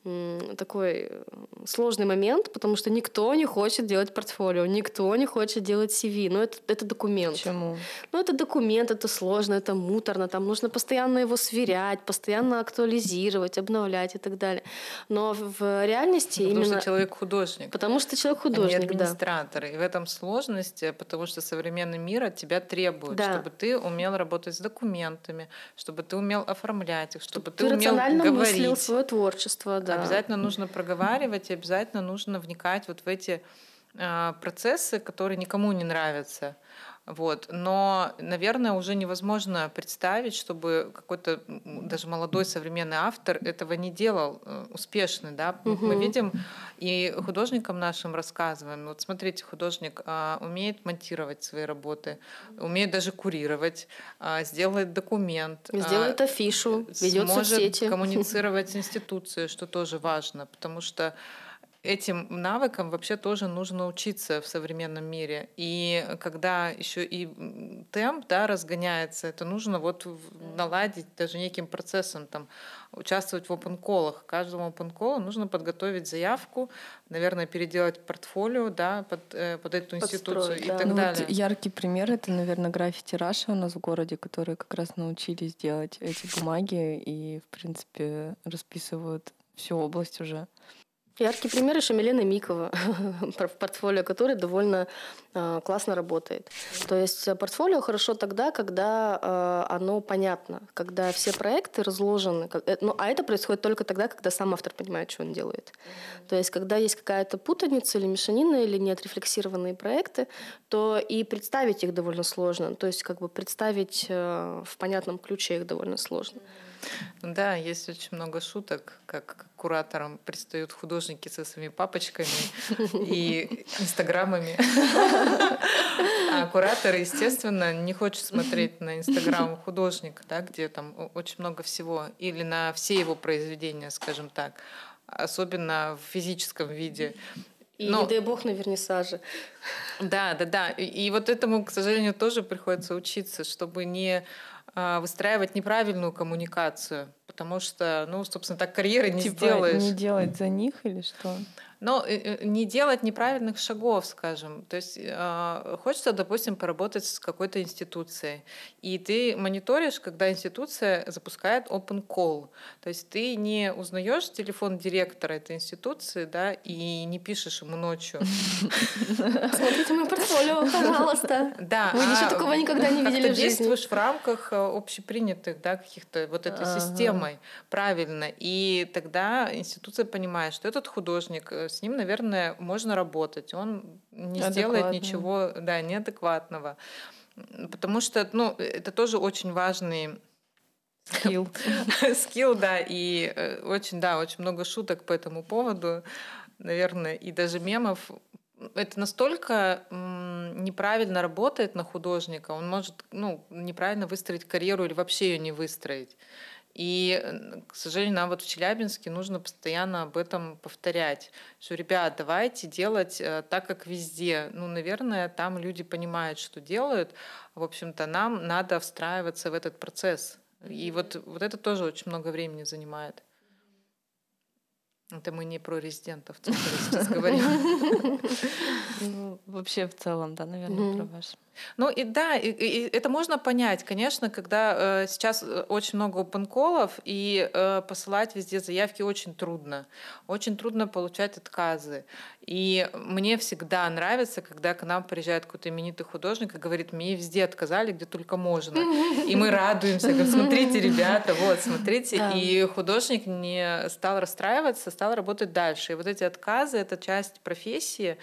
такой сложный момент, потому что никто не хочет делать портфолио, никто не хочет делать си ви. Но это, это документ. Почему? Ну, это документ, это сложно, это муторно. Там нужно постоянно его сверять, постоянно актуализировать, обновлять и так далее. Но в реальности потому именно... Потому что человек художник. Потому что человек художник, а не администратор. Да. И в этом сложность, потому что современный мир от тебя требует, да. чтобы ты умел работать с документами, чтобы ты умел оформлять их, чтобы, чтобы ты, ты умел рационально говорить. мыслил свое творчество, да. Обязательно нужно проговаривать, и обязательно нужно вникать вот в эти э, процессы, которые никому не нравятся. Вот. Но, наверное, уже невозможно представить, чтобы какой-то даже молодой современный автор этого не делал э, успешно. Да? Угу. Мы видим и художникам нашим рассказываем. Вот смотрите, художник э, умеет монтировать свои работы, умеет даже курировать, э, сделает документ. Сделает э, афишу, ведет соцсети. Сможет коммуницировать с институцией, что тоже важно, потому что этим навыкам вообще тоже нужно учиться в современном мире. И когда еще и темп, да, разгоняется, это нужно вот наладить даже неким процессом, там, участвовать в опен-коллах. Каждому опен-коллу нужно подготовить заявку, наверное, переделать портфолио, да, под, под эту институцию. Подстроить, и да. так ну, далее. Вот яркий пример — это, наверное, граффити Раша у нас в городе, которые как раз научились делать эти бумаги и, в принципе, расписывают всю область уже. Яркий пример еще Милена Микова, в портфолио которой довольно э, классно работает. То есть портфолио хорошо тогда, когда э, оно понятно, когда все проекты разложены. Как, э, ну, а это происходит только тогда, когда сам автор понимает, что он делает. Mm-hmm. То есть когда есть какая-то путаница или мешанина, или неотрефлексированные проекты, то и представить их довольно сложно. То есть как бы представить э, в понятном ключе их довольно сложно. Mm-hmm. Да, есть очень много шуток, как кураторам предстают художники со своими папочками и инстаграмами. А куратор, естественно, не хочет смотреть на инстаграм художника, да, где там очень много всего, или на все его произведения, скажем так, особенно в физическом виде. И Но... не дай бог на вернисаже. Да, да, да. И, и вот этому, к сожалению, тоже приходится учиться, чтобы не выстраивать неправильную коммуникацию, потому что, ну, собственно, так карьеры не типа сделаешь. Не делать за них или что? Но не делать неправильных шагов, скажем. То есть э, хочется, допустим, поработать с какой-то институцией, и ты мониторишь, когда институция запускает open call. То есть ты не узнаешь телефон директора этой институции, да, и не пишешь ему ночью. Смотрите мое портфолио, пожалуйста. Да. Вы еще такого никогда не видели в жизни. Ты действуешь в рамках общепринятых, да, каких-то вот этой системой правильно, и тогда институция понимает, что этот художник, с ним, наверное, можно работать. Он не сделает ничего, да, неадекватного. Потому что, ну, это тоже очень важный скилл. Скилл, да, и очень, да, очень много шуток по этому поводу, наверное, и даже мемов. Это настолько м, неправильно работает на художника, он может, ну, неправильно выстроить карьеру или вообще ее не выстроить. И, к сожалению, нам вот в Челябинске нужно постоянно об этом повторять, что, ребят, давайте делать э, так, как везде. Ну, наверное, там люди понимают, что делают. В общем-то, нам надо встраиваться в этот процесс. И вот, вот это тоже очень много времени занимает. Это мы не про резидентов сейчас говорим. Вообще в целом, да, наверное, про ваш. Ну и да, и, и это можно понять, конечно, когда э, сейчас очень много опен-коллов, и э, посылать везде заявки очень трудно. Очень трудно получать отказы. И мне всегда нравится, когда к нам приезжает какой-то именитый художник и говорит, мне везде отказали, где только можно. И мы радуемся, говорим, смотрите, ребята, вот, смотрите. Да. И художник не стал расстраиваться, стал работать дальше. И вот эти отказы — это часть профессии.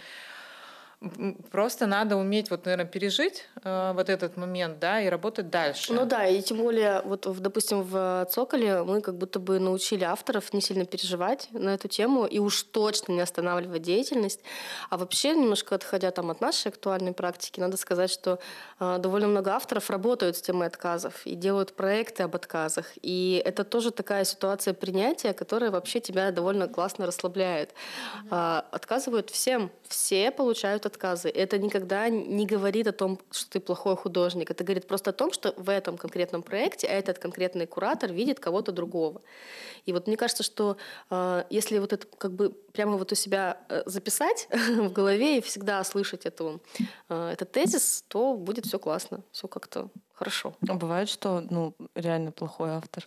Просто надо уметь, вот, наверное, пережить э, вот этот момент, да, и работать дальше. Ну да, и тем более, вот, допустим, в «Цоколе» мы как будто бы научили авторов не сильно переживать на эту тему и уж точно не останавливать деятельность. А вообще, немножко отходя там от нашей актуальной практики, надо сказать, что э, довольно много авторов работают с темой отказов и делают проекты об отказах. И это тоже такая ситуация принятия, которая вообще тебя довольно классно расслабляет. Mm-hmm. Э, отказывают всем. Все получают отказы. Это никогда не говорит о том, что ты плохой художник. Это говорит просто о том, что в этом конкретном проекте этот конкретный куратор видит кого-то другого. И вот мне кажется, что э, если вот это как бы прямо вот у себя э, записать в голове и всегда слышать эту, э, этот тезис, то будет все классно, все как-то хорошо. А бывает, что ну, реально плохой автор?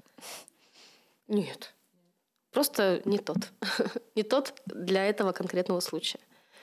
Нет. Просто не тот. Не тот для этого конкретного случая.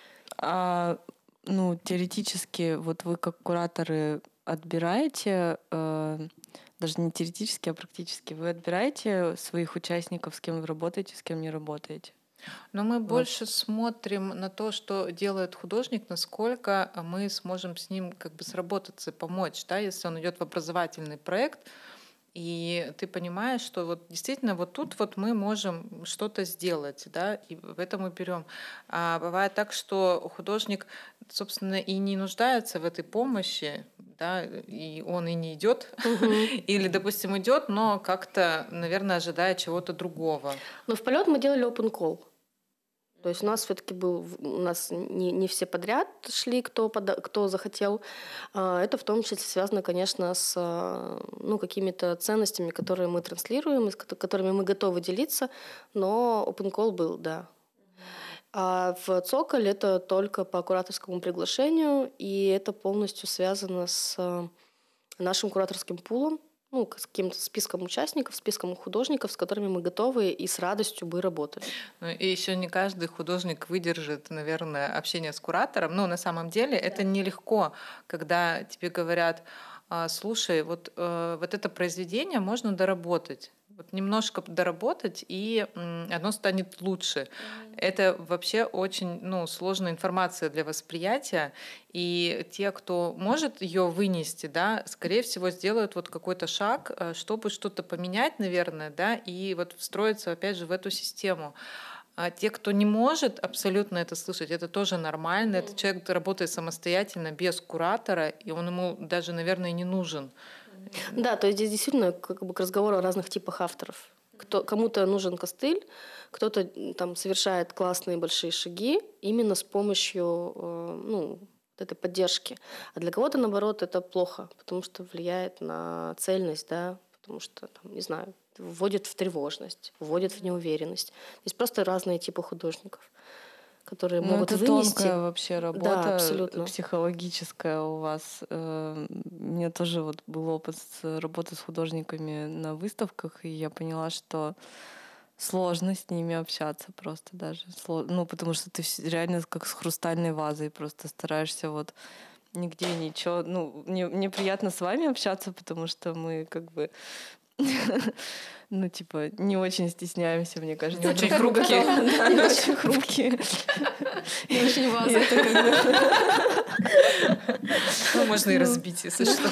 А, ну, теоретически, вот вы как кураторы отбираете, э, даже не теоретически, а практически, вы отбираете своих участников, с кем вы работаете, с кем не работаете? Но мы Вот. больше смотрим на то, что делает художник, насколько мы сможем с ним как бы сработаться, помочь. Да? Если он идет в образовательный проект, и ты понимаешь, что вот действительно вот тут вот мы можем что-то сделать, да, и в этом мы берем. А бывает так, что художник, собственно, и не нуждается в этой помощи, да, и он и не идет, или, допустим, идет, но как-то, наверное, ожидая чего-то другого. Но в полет мы делали open call. То есть у нас все-таки был, у нас не, не все подряд шли, кто, пода, кто захотел. Это в том числе связано, конечно, с ну, какими-то ценностями, которые мы транслируем, с которыми мы готовы делиться, но open call был, да. А в «Цоколь» это только по кураторскому приглашению, и это полностью связано с нашим кураторским пулом, ну, с каким-то списком участников, списком художников, с которыми мы готовы и с радостью бы работали. Ну, и еще не каждый художник выдержит, наверное, общение с куратором. Но на самом деле это нелегко, когда тебе говорят: слушай, вот, вот это произведение можно доработать. Вот немножко доработать, и оно станет лучше. Это вообще очень ну, сложная информация для восприятия. И те, кто может ее вынести, да, скорее всего, сделают вот какой-то шаг, чтобы что-то поменять, наверное, да, и вот встроиться, опять же, в эту систему. А те, кто не может абсолютно это слышать, это тоже нормально. Mm. Этот человек работает самостоятельно, без куратора, и он ему даже, наверное, не нужен. Да, то есть здесь действительно как бы к разговору о разных типах авторов. Кто, кому-то нужен костыль, кто-то там совершает классные большие шаги именно с помощью э, ну, этой поддержки. А для кого-то, наоборот, это плохо, потому что влияет на цельность, да, потому что, там, не знаю, вводит в тревожность, вводит в неуверенность. Есть просто разные типы художников, которые ну, могут это вынести. Тонкая вообще работа, да, абсолютно. Психологическая у вас. У меня тоже вот был опыт с работы с художниками на выставках, и я поняла, что сложно с ними общаться просто даже. Ну, потому что ты реально как с хрустальной вазой просто стараешься вот нигде ничего. Ну, мне, мне приятно с вами общаться, потому что мы как бы ну, типа, не очень стесняемся, мне кажется. Не очень хрупкие. Да, не очень хрупкие. Не очень вазы. Ну, можно и разбить, если что.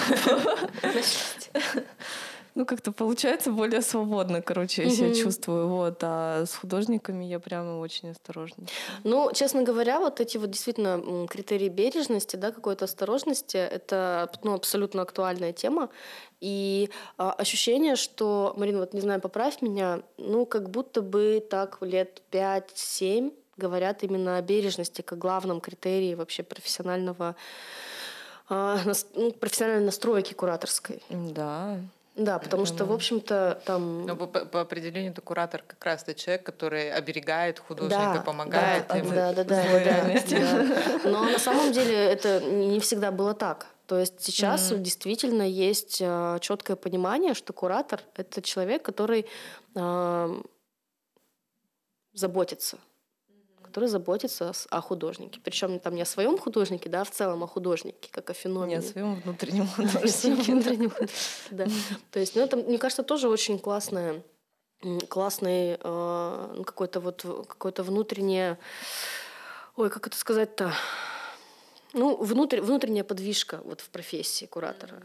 Ну, как-то получается более свободно, короче, я себя чувствую. Вот. А с художниками я прямо очень осторожна. Ну, честно говоря, вот эти вот действительно критерии бережности, да, какой-то осторожности, это ну, абсолютно актуальная тема. И а, ощущение, что, Марина, вот не знаю, поправь меня, ну, как будто бы так лет пять-семь говорят именно о бережности как главном критерии вообще профессионального, а, нас, ну, профессиональной настройки кураторской. Да. Да, потому что, в общем-то, там... Ну, по, по определению, это куратор как раз это человек, который оберегает художника, да, помогает да, ему. Да, да, да, да, да. Но на самом деле это не всегда было так. То есть сейчас mm-hmm. действительно есть четкое понимание, что куратор — это человек, который э, заботится. который заботится о художнике. Причем там не о своем художнике, да, а в целом о художнике, как о феномене. Не о своем внутреннем художнике. Да. То есть, ну, это, мне кажется, тоже очень классное, классный э, какой-то вот какое-то внутреннее, ой, как это сказать-то, ну, внутрь, внутренняя подвижка вот в профессии куратора.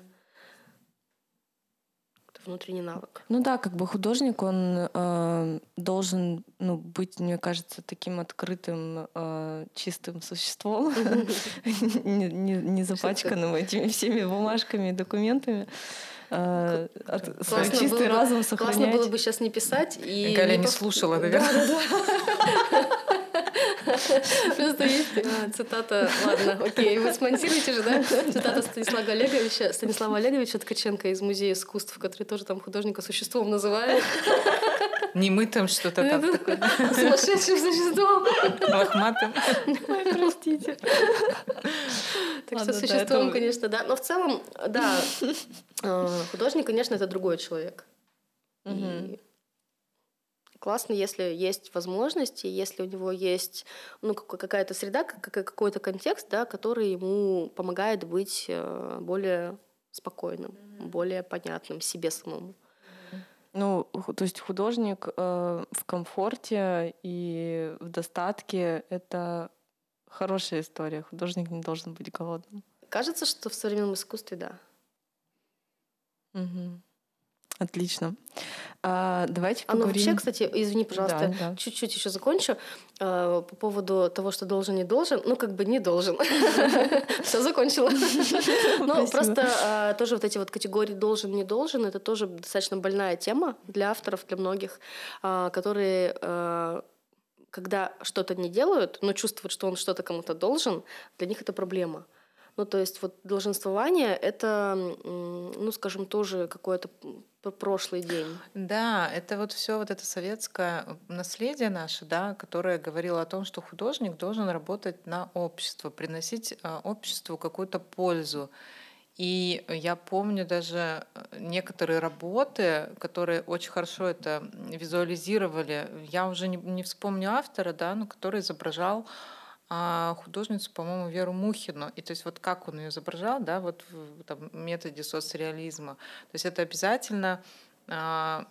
Внутренний навык. Ну да, как бы художник, он э, должен ну, быть, мне кажется, таким открытым, э, чистым существом, не запачканным этими всеми бумажками и документами. Свой чистый разум сохранять. Классно было бы сейчас не писать. Галя не слушала, наверное. Просто есть а, цитата, ладно, окей, вы смонтируете же, да? Цитата Станислава Олеговича, Станислава Олеговича Ткаченко из Музея искусств, который тоже там художника существом называет. Немытым что-то там такое. Сумасшедшим существом. Лохматым. Ой, простите. Так Ладно, что да, существом, это- конечно, да. Но в целом, да, э, художник, конечно, это другой человек. И классно, если есть возможности, если у него есть ну, как- какая-то среда, как- как- какой-то контекст, да, который ему помогает быть э, более спокойным, более понятным себе самому. Ну, ху- то есть художник э, в комфорте и в достатке — это хорошая история. Художник не должен быть голодным. Кажется, что в современном искусстве, да. Мгм. Отлично. А, давайте А ну поговорим... вообще, кстати, извини, пожалуйста, Да, да. чуть-чуть еще закончу э, по поводу того, что должен, не должен. Ну, как бы не должен. Все, закончила. Ну, Спасибо. просто э, тоже вот эти вот категории должен, не должен, это тоже достаточно больная тема для авторов, для многих, э, которые, э, когда что-то не делают, но чувствуют, что он что-то кому-то должен, для них это проблема. Ну, то есть вот долженствование — это, м, ну, скажем, тоже какой-то п- прошлый день. Да, это вот все вот это советское наследие наше, да, которое говорило о том, что художник должен работать на общество, приносить а, обществу какую-то пользу. И я помню даже э, некоторые работы, которые очень хорошо это м, визуализировали. Я уже не, не вспомню автора, да, но который изображал а, художницу, по-моему, Веру Мухину. И то есть вот как он ее изображал, да, вот в там, методе соцреализма. То есть это обязательно а,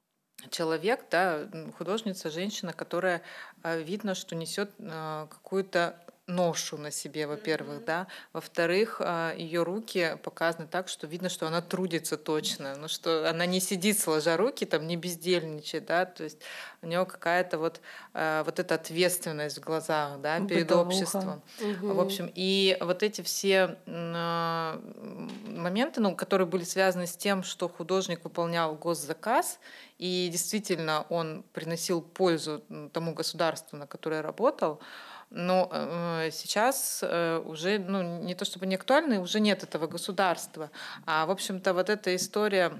человек, да, м, художница, женщина, которая а, видно, что несет а, какую-то ношу на себе, во-первых, да, во-вторых, а, ее руки показаны так, что видно, что она трудится точно, ну что она не сидит сложа руки, там не бездельничает, да, то есть у нее какая-то вот а, вот эта ответственность в глазах, да, перед Бытовуха. обществом, в Мгм. общем, и вот эти все м, а, м, моменты, ну, которые были связаны с тем, что художник выполнял госзаказ, и действительно он приносил пользу м, тому государству, на которое работал. Но э, сейчас э, уже, ну, не то чтобы не актуально, уже нет этого государства. А, в общем-то, вот эта история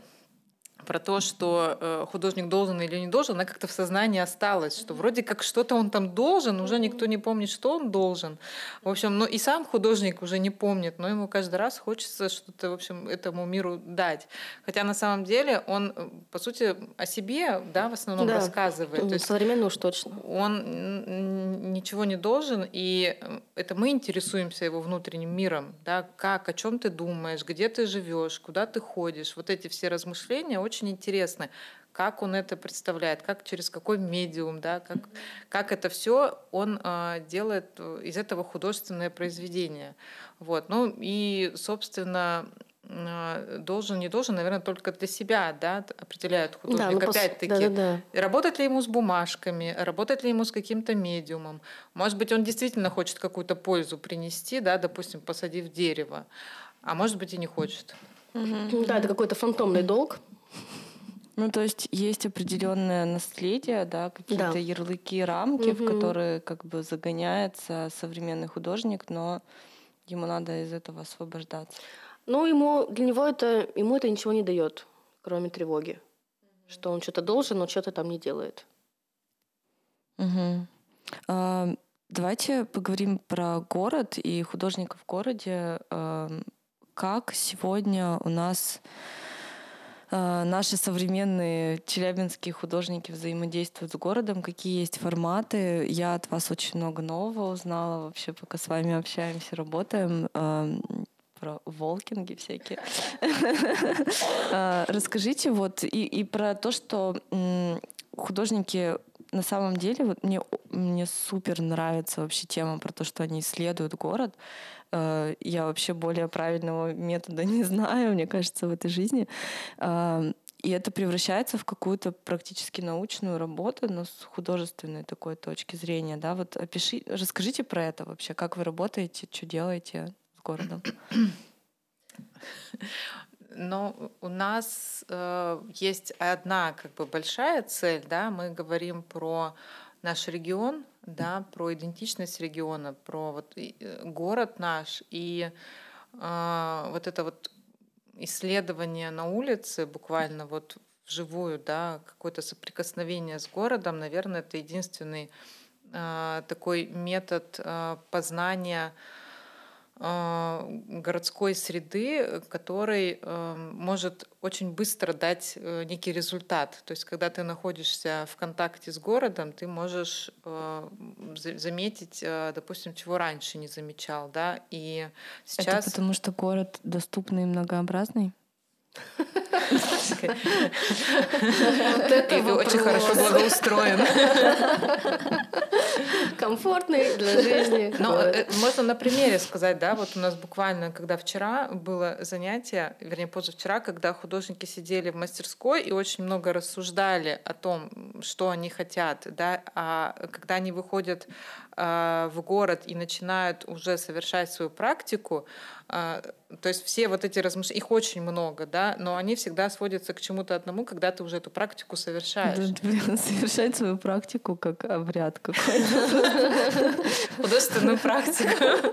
про то, что э, художник должен или не должен, она как-то в сознании осталась, что вроде как что-то он там должен, уже никто не помнит, что он должен. В общем, ну и сам художник уже не помнит, но ему каждый раз хочется что-то, в общем, этому миру дать. Хотя на самом деле он, э, по сути, о себе, да, в основном Да, рассказывает. То м, есть современно уж точно. он н- ничего не должен, и э, это мы интересуемся его внутренним миром, да, как, о чем ты думаешь, где ты живешь, куда ты ходишь. Вот эти все размышления очень интересны. Как он это представляет, как через какой медиум, да, как, как это все он э, делает э, из этого художественное произведение. Вот. Ну и, собственно, э, должен, не должен, наверное, только для себя, да, т- определяет Да, художник. ну пос... Опять-таки, да-да-да. работать ли ему с бумажками, работать ли ему с каким-то медиумом. Может быть, он действительно хочет какую-то пользу принести, да, допустим, посадив дерево, а может быть и не хочет. Да, это какой-то фантомный долг. Ну, то есть есть определенное наследие, да, какие-то Да. ярлыки, рамки, в Мгм. которые как бы загоняется современный художник, но ему надо из этого освобождаться. Ну, ему, для него это, ему это ничего не дает, кроме тревоги. Что он что-то должен, но что-то там не делает. Мгм. А, Давайте поговорим про город и художников в городе. Ам, Как сегодня у нас а, наши современные челябинские художники взаимодействуют с городом, какие есть форматы. Я от вас очень много нового узнала вообще, пока с вами общаемся, работаем. Ам, Про волкинги всякие. А, Расскажите вот и, и про то, что м, художники на самом деле, вот мне, мне супер нравится вообще тема про то, что они исследуют город. Э, Я вообще более правильного метода не знаю, мне кажется, в этой жизни. А, И это превращается в какую-то практически научную работу, но с художественной такой точки зрения. Да? Вот опиши, расскажите про это вообще, как вы работаете, что делаете с городом. Но у нас э, есть одна как бы большая цель, да, мы говорим про наш регион, да, про идентичность региона, про вот город наш. И э, вот это вот исследование на улице, буквально вот вживую, да, какое-то соприкосновение с городом, наверное, это единственный э, такой метод э, познания городской среды, который э, может очень быстро дать э, некий результат. То есть, когда ты находишься в контакте с городом, ты можешь э, заметить, э, допустим, чего раньше не замечал, да. И сейчас. Это потому что город доступный и многообразный? И очень хорошо благоустроен. Комфортный для жизни. Но можно на примере сказать, да, вот у нас буквально, когда вчера было занятие, вернее, позавчера, когда художники сидели в мастерской и очень много рассуждали о том, что они хотят, да, а когда они выходят в город и начинают уже совершать свою практику, то есть все вот эти размышления, их очень много, да, но они всегда сводятся к чему-то одному, когда ты уже эту практику совершаешь. Да, блин, совершать свою практику как обряд какой-то. Художественную практику.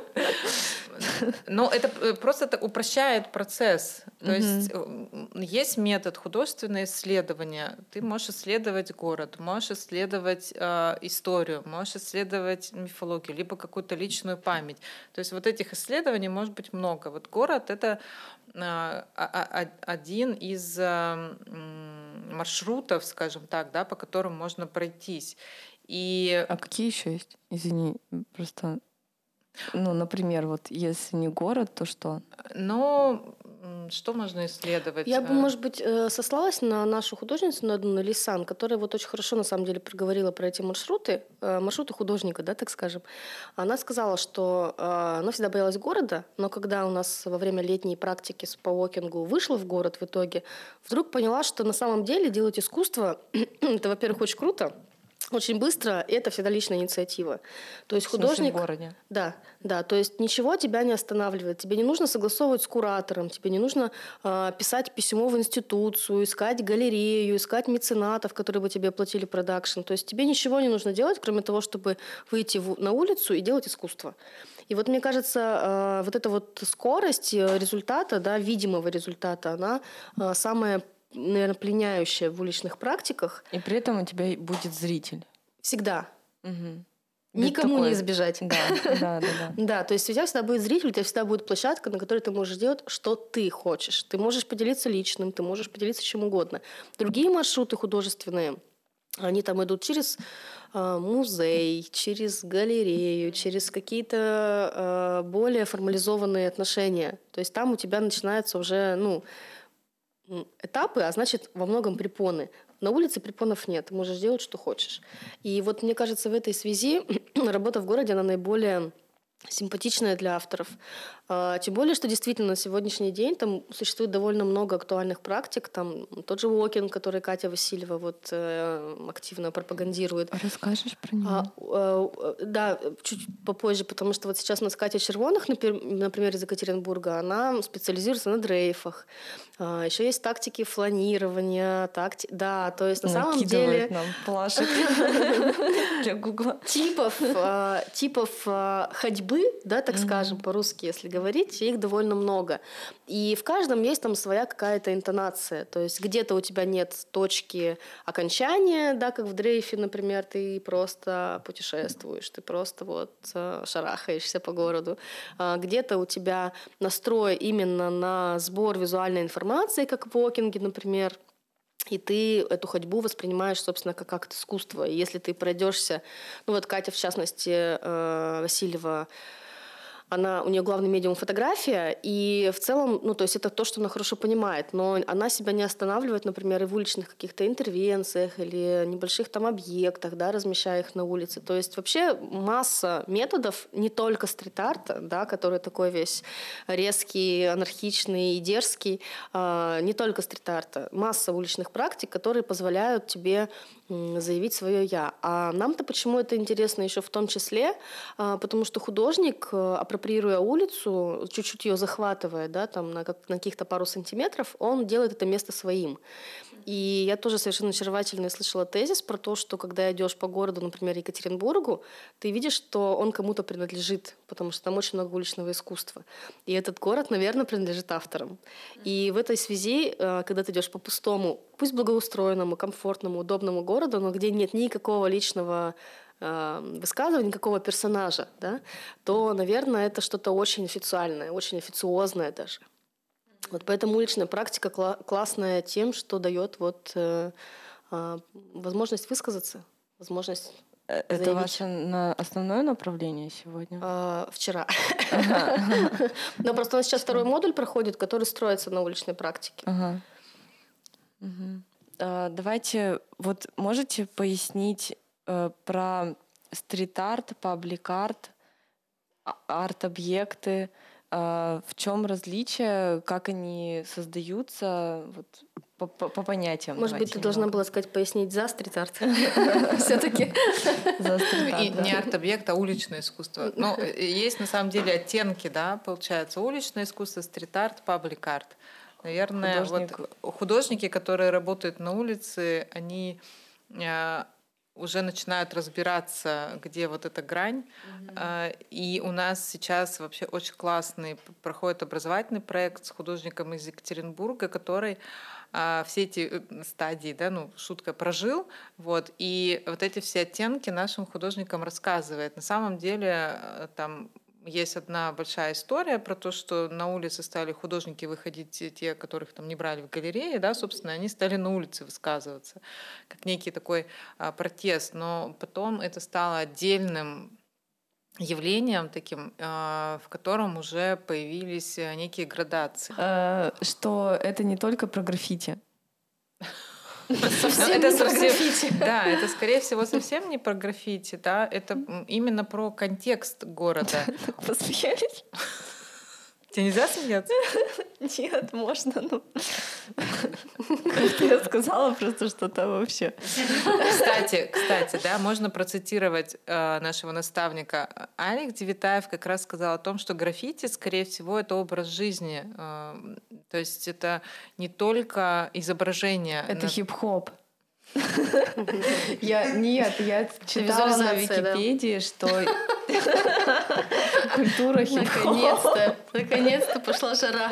Но это просто это упрощает процесс. То есть есть метод художественного исследования. Ты можешь исследовать город, можешь исследовать э, историю, можешь исследовать мифологию, либо какую-то личную память. То есть вот этих исследований может быть много. Вот город — это э, один из э, маршрутов, скажем так, да, по которым можно пройтись. И... А какие еще есть? Извини, просто... Ну, например, вот если не город, то что? Ну, что можно исследовать? Я бы, может быть, сослалась на нашу художницу, на одну, на Лисан, которая вот очень хорошо, на самом деле, проговорила про эти маршруты, маршруты художника, да, так скажем. Она сказала, что она всегда боялась города, но когда у нас во время летней практики по уокингу вышла в город в итоге, вдруг поняла, что на самом деле делать искусство, это, во-первых, очень круто, очень быстро, и это всегда личная инициатива. То есть художник... В городе? Да, да. То есть ничего тебя не останавливает. Тебе не нужно согласовывать с куратором, тебе не нужно э, писать письмо в институцию, искать галерею, искать меценатов, которые бы тебе оплатили продакшн. То есть тебе ничего не нужно делать, кроме того, чтобы выйти в, на улицу и делать искусство. И вот мне кажется, э, вот эта вот скорость результата, да, видимого результата, она э, самая, наверное, пленяющая в уличных практиках. И при этом у тебя будет зритель. Всегда. Угу. Никому такой... не избежать. Да, да, да, да. Да, то есть у тебя всегда будет зритель, у тебя всегда будет площадка, на которой ты можешь делать, что ты хочешь. Ты можешь поделиться личным, ты можешь поделиться чем угодно. Другие маршруты художественные, они там идут через э, музей, через галерею, через какие-то э, более формализованные отношения. То есть там у тебя начинаются уже, ну, этапы, а значит, во многом препоны. На улице препонов нет, ты можешь делать, что хочешь. И вот мне кажется, в этой связи работа в городе, она наиболее симпатичная для авторов. А, тем более, что действительно на сегодняшний день там существует довольно много актуальных практик. Там тот же уокинг, который Катя Васильева вот, э, активно пропагандирует. Расскажешь про него? А, э, да, чуть попозже, потому что вот сейчас у нас Катя Червоных, например, из Екатеринбурга, она специализируется на дрейфах. А, еще есть тактики фланирования, такти... да, то есть на самом деле... нам плашек для Гугла. Типов, типов ходьбы, да, так скажем, по-русски, если говорить, их довольно много. И в каждом есть там своя какая-то интонация. То есть где-то у тебя нет точки окончания, да, как в дрейфе, например, ты просто путешествуешь, ты просто вот шарахаешься по городу. Где-то у тебя настрой именно на сбор визуальной информации, как в уокинге, например. И ты эту ходьбу воспринимаешь, собственно, как акт искусства. И если ты пройдешься... Ну вот Катя, в частности, Васильева, она, у нее главный медиум фотография, и в целом, ну, то есть это то, что она хорошо понимает, но она себя не останавливает, например, и в уличных каких-то интервенциях или небольших там объектах, да, размещая их на улице. То есть вообще масса методов, не только стрит-арта, да, который такой весь резкий, анархичный и дерзкий, а, не только стрит-арта, масса уличных практик, которые позволяют тебе заявить свое «я». А нам-то почему это интересно еще в том числе? А, потому что художник, апроприируя улицу, чуть-чуть ее захватывая, да, там на, как, на каких-то пару сантиметров, он делает это место своим. И я тоже совершенно очаровательно слышала тезис про то, что когда идешь по городу, например, Екатеринбургу, ты видишь, что он кому-то принадлежит, потому что там очень много уличного искусства. И этот город, наверное, принадлежит авторам. И в этой связи, когда ты идешь по пустому, пусть благоустроенному, комфортному, удобному городу, но где нет никакого личного высказывания, никакого персонажа, да, то, наверное, это что-то очень официальное, очень официозное даже. Вот поэтому уличная практика кла- классная тем, что дает вот, э, э, возможность высказаться, возможность Это заявить. ваше на- основное направление сегодня? Э, вчера. Но просто у нас сейчас второй модуль проходит, который строится на уличной практике. Ага. Мгм. А, Давайте, вот можете пояснить э, про стрит-арт, паблик-арт, а- арт-объекты, а, в чем различие, как они создаются, вот, по, по- по понятиям. Может быть, давайте ты должна немного. была сказать, пояснить за стрит-арт. Все-таки. За И стрит-арт, да. не арт-объект, а уличное искусство. Но э, есть на самом деле оттенки, да, получается, уличное искусство, стрит-арт, паблик-арт. Наверное, Художник. вот художники, которые работают на улице, они э, уже начинают разбираться, где вот эта грань. Э, И у нас сейчас вообще очень классный п- проходит образовательный проект с художником из Екатеринбурга, который а, все эти э, стадии, да, ну, шутка, прожил, вот, и вот эти все оттенки нашим художникам рассказывает. На самом деле э, там есть одна большая история про то, что на улице стали художники выходить, те- те, которых там не брали в галерее, да, собственно, они стали на улице высказываться, как некий такой а, протест. Но потом это стало отдельным явлением таким, а, в котором уже появились э, некие градации. Э, Что это не только про граффити. Совсем это не про совсем- граффити. Да, это, скорее всего, совсем не про граффити, да, это м, именно про контекст города. Посмеялись? Тебе нельзя смеяться? Нет, можно, ну. Как-то я сказала просто что-то вообще. Кстати, кстати, да, можно процитировать э, нашего наставника. Алик Девитаев как раз сказал о том, что граффити, скорее всего, это образ жизни. Э, то есть это не только изображение. Это на- хип-хоп. Я нет, я читала на Визуализация, да. Википедии, что культура хип-хоп. Наконец-то, наконец-то пошла жара.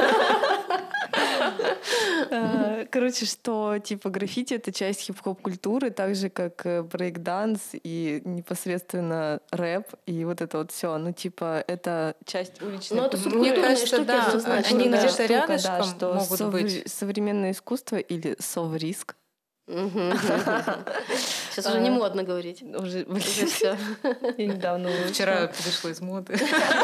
Э, Короче, что типа граффити — это часть хип-хоп культуры, так же как э, брейк-данс и непосредственно рэп и вот это вот все. Ну типа это часть уличной Ну, это культуры. Мне субкультурные кажется, штуки да, однозначно, они да. где-то Штука, да, рядышком что могут совре- быть. современное искусство или совриск. Мгм. Сейчас уже не модно говорить. Уже, Уже все. я недавно выучила. Вчера вышла из моды.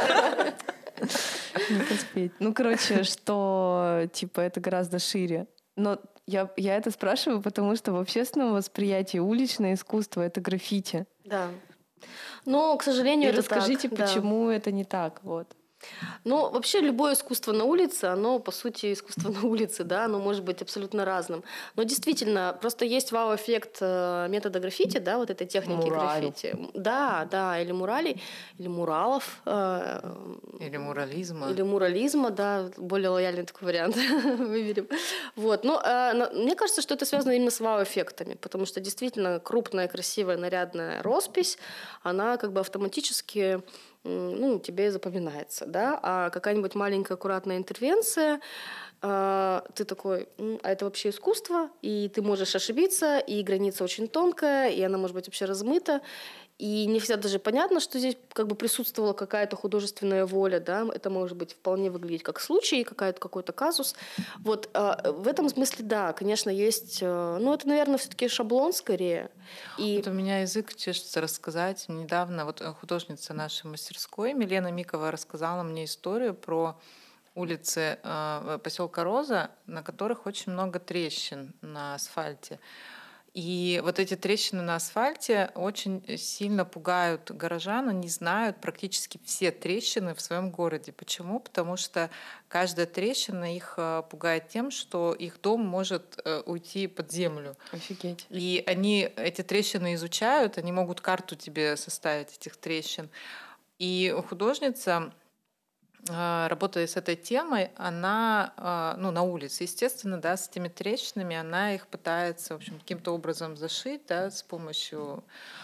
Не поспеть. Ну, короче, что типа это гораздо шире. Но я, я это спрашиваю, потому что в общественном восприятии уличное искусство — это граффити. Да. Но, к сожалению, И это расскажите, так, да. почему это не так. Вот. Ну, вообще любое искусство на улице, оно, по сути, искусство на улице, да, оно может быть абсолютно разным. Но действительно, просто есть вау-эффект э, метода граффити, да, вот этой техники Муралю. граффити. Да, да, или муралей, или муралов. э, Или мурализма. Или мурализма, да, более лояльный такой вариант выберем. Вот. Но э, на- мне кажется, что это связано именно с вау-эффектами, потому что действительно крупная, красивая, нарядная роспись, она как бы автоматически м, ну, тебе запоминается, да, а какая-нибудь маленькая аккуратная интервенция, э, ты такой, «М, а это вообще искусство, и ты можешь ошибиться, и граница очень тонкая, и она может быть вообще размыта, и не всегда даже понятно, что здесь как бы присутствовала какая-то художественная воля, да, это может быть вполне выглядеть как случай, какая-то, какой-то казус. Вот э, в этом смысле, да, конечно, есть, э, ну, это, наверное, все-таки шаблон скорее. И Вот у меня язык чешется рассказать. Недавно вот э, художница нашей мастерской Милена Микова рассказала мне историю про улицы э, поселка Роза, на которых очень много трещин на асфальте. И вот эти трещины на асфальте очень сильно пугают горожан. Они знают практически все трещины в своем городе. Почему? Потому что каждая трещина их э, пугает тем, что их дом может э, уйти под землю. Офигеть. И они эти трещины изучают, они могут карту тебе составить этих трещин. И художница а, работая с этой темой, она, а, ну, на улице, естественно, да, с этими трещинами, она их пытается, в общем, каким-то образом зашить, да, с помощью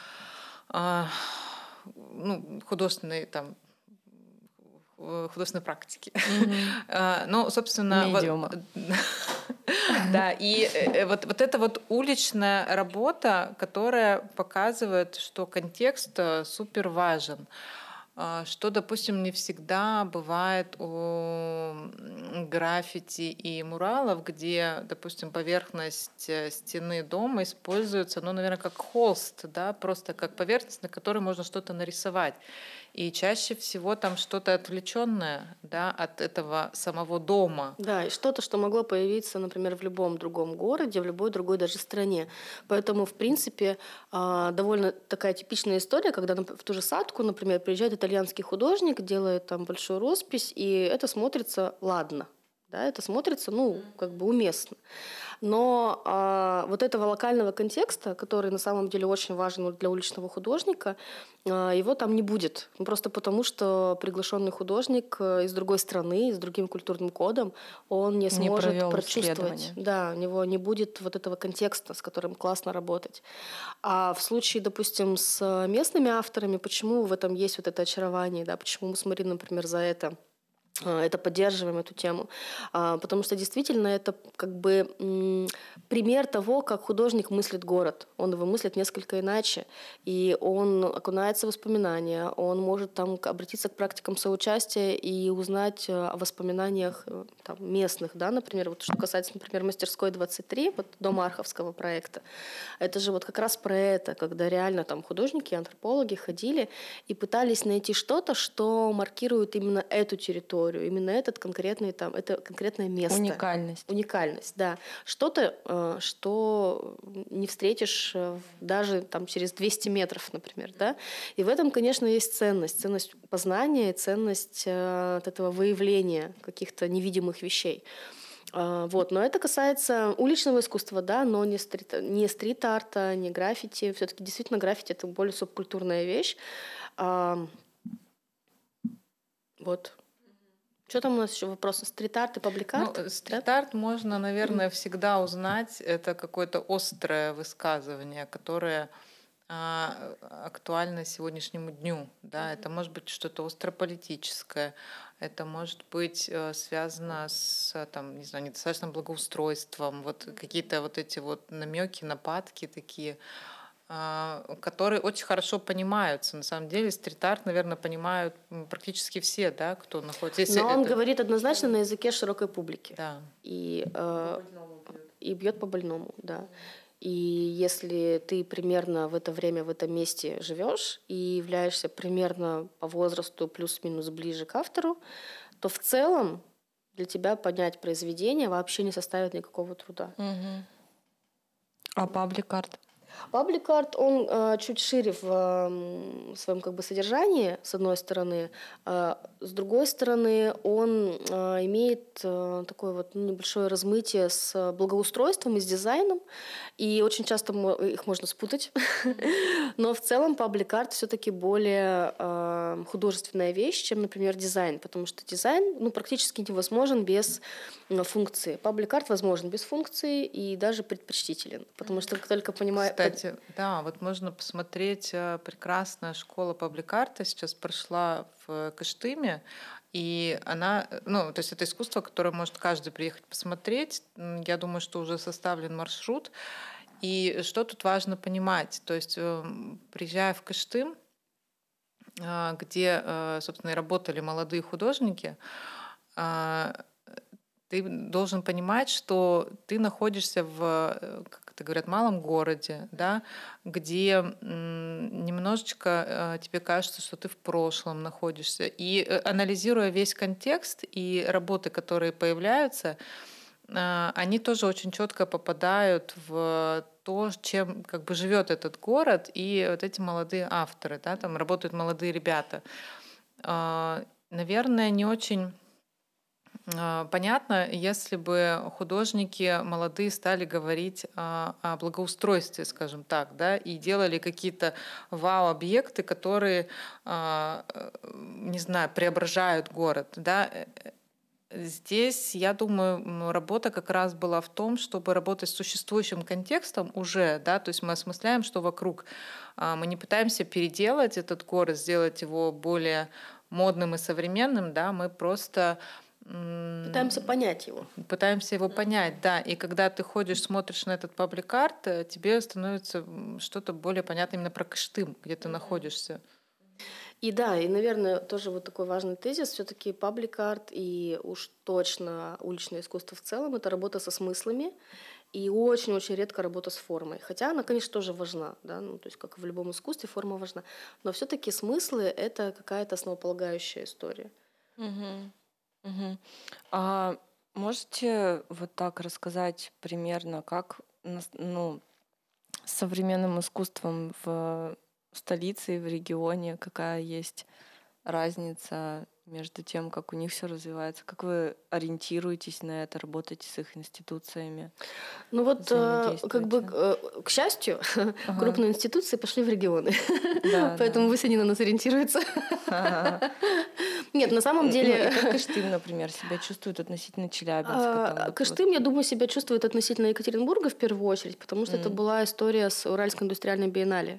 а, ну, художественной там э, художественной практики. Мгм. А, Ну, собственно, вот, Медиума. да, и э, э, вот, вот эта вот уличная работа, которая показывает, что контекст э, супер важен. А, Что, допустим, не всегда бывает у м, граффити и муралов, где, допустим, поверхность э, стены дома используется, ну, наверное, как холст, да, просто как поверхность, на которой можно что-то нарисовать. И чаще всего там что-то отвлеченное, да, от этого самого дома. Да, и что-то, что могло появиться, например, в любом другом городе, в любой другой даже стране. Поэтому, в принципе, а, довольно такая типичная история, когда нап- в ту же Садку, например, приезжает итальянский художник, делает там большую роспись, и это смотрится ладно. Да, это смотрится, ну, как бы уместно. Но а, вот этого локального контекста, который на самом деле очень важен вот для уличного художника, а, его там не будет. Ну, просто потому, что приглашенный художник э, из другой страны, с другим культурным кодом, он не Не сможет провел прочувствовать. исследование. Да, у него не будет вот этого контекста, с которым классно работать. А в случае, допустим, с местными авторами, почему в этом есть вот это очарование, да, почему мы с Мариной, например, за это а, это поддерживаем, эту тему. А, Потому что действительно это как бы м, пример того, как художник мыслит город. Он его мыслит несколько иначе. И он окунается в воспоминания, он может там к- обратиться к практикам соучастия и узнать э, о воспоминаниях э, там, местных. Да? Например, вот что касается, например, мастерской двадцать три, вот Дома Арховского проекта. Это же вот как раз про это, когда реально там художники, антропологи ходили и пытались найти что-то, что маркирует именно эту территорию, именно этот конкретный там, это конкретное место. Уникальность. Уникальность, да. Что-то, э, что не встретишь э, в- даже там через двести метров, например, да. И в этом, конечно, есть ценность, ценность познания, и ценность э, от этого выявления каких-то невидимых вещей. А, Вот. Но это касается уличного искусства, да, но не, стрит, не стрит-арта, не граффити. Все-таки действительно граффити — это более субкультурная вещь. А, Вот. Что там у нас еще вопросы? Стрит-арт и Ну, паблик-арт? э, Да? стрит-арт можно, наверное, всегда узнать. Это какое-то острое высказывание, которое а, актуально сегодняшнему дню. Да? Это может быть что-то острополитическое, это может быть э, связано с э, там, не знаю, недостаточным благоустройством, вот какие-то вот эти вот намеки, нападки такие, а, которые очень хорошо понимаются. На самом деле стрит-арт, наверное, понимают м, практически все, да, кто находится. Если Но он это... говорит однозначно на языке широкой публики. Да. И, э, и бьет по больному, да. И если ты примерно в это время в этом месте живешь и являешься примерно по возрасту плюс-минус ближе к автору, то в целом для тебя понять произведение вообще не составит никакого труда. Мгм. А паблик-арт? Паблик-арт, он э, чуть шире в эм, своем как бы содержании, с одной стороны. А с другой стороны, он э, имеет э, такое вот ну, небольшое размытие с благоустройством и с дизайном. И очень часто мо- их можно спутать. Но в целом паблик-арт все-таки более э, художественная вещь, чем, например, дизайн. Потому что дизайн ну, практически невозможен без э, функции. Паблик-арт возможен без функции и даже предпочтителен. Потому что как только понимаю... Кстати, да, вот можно посмотреть, э, прекрасная школа паблик-арта сейчас прошла в Кыштыме, и она, э, ну, то есть это искусство, которое может каждый приехать посмотреть. М, Я думаю, что уже составлен маршрут. И что тут важно понимать? То есть, эм, приезжая в Кыштым, а, где, э, собственно, и работали молодые художники, а, ты должен понимать, что ты находишься в, э, как это говорят, малом городе, да, где м, немножечко э, тебе кажется, что ты в прошлом находишься. И э, анализируя весь контекст и работы, которые появляются, а, они тоже очень четко попадают в то, чем как бы живет этот город и вот эти молодые авторы, да, там работают молодые ребята. А, Наверное, не очень понятно, если бы художники молодые стали говорить о, о благоустройстве, скажем так, да, и делали какие-то вау-объекты, которые, не знаю, преображают город, да. Здесь, я думаю, работа как раз была в том, чтобы работать с существующим контекстом уже, да, то есть мы осмысляем, что вокруг. Мы не пытаемся переделать этот город, сделать его более модным и современным, да, мы просто Пытаемся понять его. Пытаемся его понять, да. И когда ты ходишь, смотришь на этот паблик-арт, тебе становится что-то более понятно именно про Кыштым, где ты находишься. И да, и, наверное, тоже вот такой важный тезис. Все-таки паблик-арт и уж точно уличное искусство в целом — это работа со смыслами и очень-очень редко работа с формой. Хотя она, конечно, тоже важна, да, ну, то есть как и в любом искусстве форма важна. Но все-таки смыслы — это какая-то основополагающая история. Угу. Угу. А можете вот так рассказать примерно, как ну, с современным искусством в столице и в регионе, какая есть разница между тем, как у них все развивается, как вы ориентируетесь на это, работаете с их институциями? Ну вот, как бы, к счастью, ага. крупные институции пошли в регионы, да, поэтому да. пусть они на нас ориентируются. Ага. Нет, на самом деле... Ну, как Кыштым, например, себя чувствует относительно Челябинска? Там, Кыштым, вот... я думаю, себя чувствует относительно Екатеринбурга в первую очередь, потому что mm. это была история с Уральской индустриальной биеннале.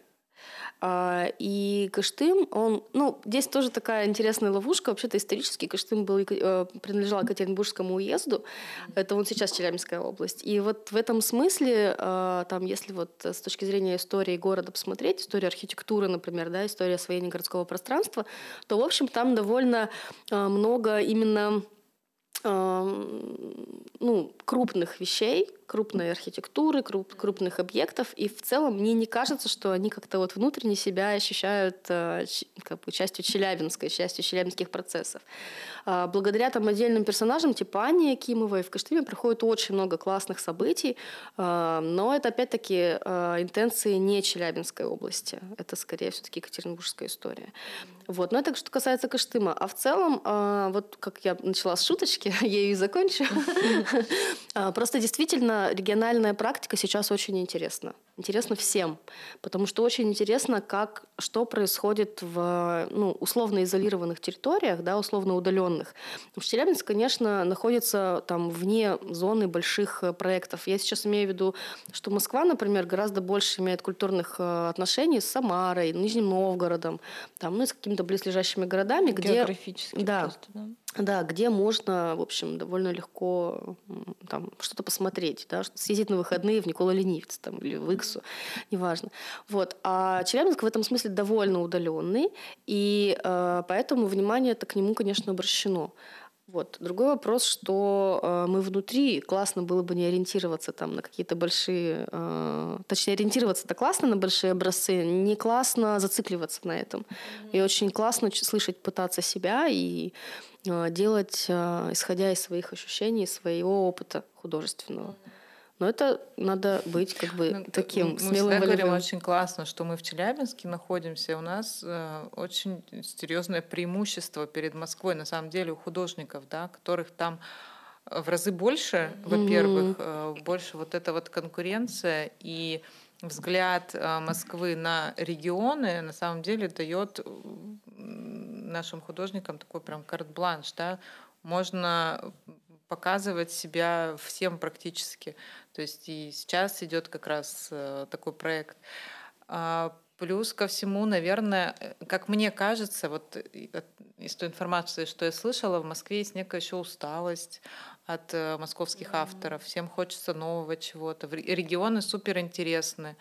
И Кыштым, он, ну, здесь тоже такая интересная ловушка. Вообще-то исторически Кыштым был, принадлежал Екатеринбургскому уезду. Это он сейчас Челябинская область. И вот в этом смысле, там, если вот с точки зрения истории города посмотреть, история архитектуры, например, да, история освоения городского пространства, то, в общем, там довольно много именно ну, крупных вещей, крупной архитектуры, круп, крупных объектов, и в целом мне не кажется, что они как-то вот внутренне себя ощущают как бы частью Челябинской, частью челябинских процессов. Благодаря там отдельным персонажам типа Ани Якимовой в Кыштыме проходит очень много классных событий, но это опять-таки интенции не Челябинской области, это скорее все-таки екатеринбургская история. Вот. Но это что касается Кыштыма. А в целом, вот как я начала с шуточки, я ее и закончу. Просто действительно региональная практика сейчас очень интересна. Интересно всем, потому что очень интересно, как, что происходит в ну, условно изолированных территориях, да, условно удаленных. Потому что Челябинск, конечно, находится там вне зоны больших проектов. Я сейчас имею в виду, что Москва, например, гораздо больше имеет культурных отношений с Самарой, Нижним Новгородом, там, ну, и с какими-то близлежащими городами, где... Географически да, просто, да? Да, где можно, в общем, довольно легко там, что-то посмотреть, да, съездить на выходные в Никола-Ленивец там, или в Иксу, неважно. Вот. А Челябинск в этом смысле довольно удаленный, и э, поэтому внимание-то к нему, конечно, обращено. Вот. Другой вопрос, что э, мы внутри, классно было бы не ориентироваться там, на какие-то большие... Э, точнее, ориентироваться-то классно на большие образцы, не классно зацикливаться на этом. Mm-hmm. И очень классно слышать, пытаться себя и э, делать, э, исходя из своих ощущений, своего опыта художественного. Mm-hmm. Но это надо быть как бы ну, таким мы смелым, волевым. Мы говорим очень классно, что мы в Челябинске находимся. У нас э, очень серьезное преимущество перед Москвой, на самом деле, у художников, да, которых там в разы больше, во-первых, э, больше вот эта вот конкуренция и взгляд э, Москвы на регионы на самом деле дает нашим художникам такой прям карт-бланш, да, можно показывать себя всем практически. То есть и сейчас идет как раз такой проект. Плюс ко всему, наверное, как мне кажется, вот из той информации, что я слышала, в Москве есть некая еще усталость от московских mm-hmm. авторов. Всем хочется нового чего-то. Регионы суперинтересны.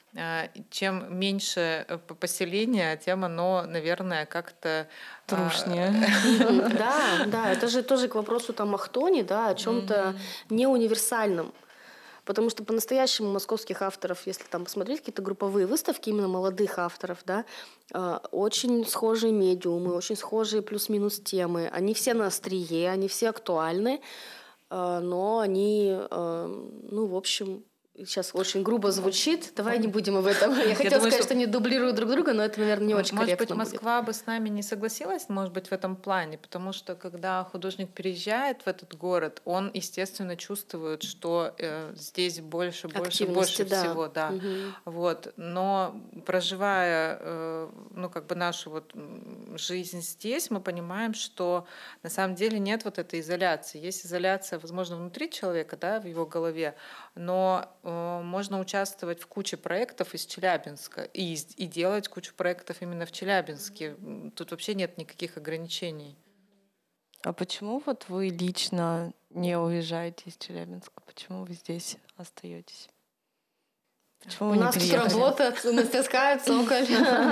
Чем меньше поселения, тем оно, наверное, как-то трушнее. Да, да, это же тоже к вопросу там Ахтони, да, о чем-то не универсальном. Потому что по-настоящему московских авторов, если там посмотреть какие-то групповые выставки именно молодых авторов, да, очень схожие медиумы, очень схожие плюс-минус темы. Они все на острие, они все актуальны, но они, ну, в общем, сейчас очень грубо звучит. Давай не будем об этом. Я хотела думаю, сказать, что- что они дублируют друг друга, но это, наверное, не очень Может быть, корректно будет. Москва бы с нами не согласилась, может быть, в этом плане, потому что когда художник переезжает в этот город, он, естественно, чувствует, что э, здесь больше, больше, Активности, больше да. всего, да. Мгм. Вот. Но проживая, э, ну, как бы нашу вот м, жизнь здесь, мы понимаем, что на самом деле нет вот этой изоляции. Есть изоляция, возможно, внутри человека, да, в его голове, но э, можно участвовать в куче проектов из Челябинска и, из- и делать кучу проектов именно в Челябинске. М, Тут вообще нет никаких ограничений. А почему вот вы лично не уезжаете из Челябинска? Почему вы здесь остаетесь? Почему У вы не нас тут переехали? работа, мастерская, цоколь.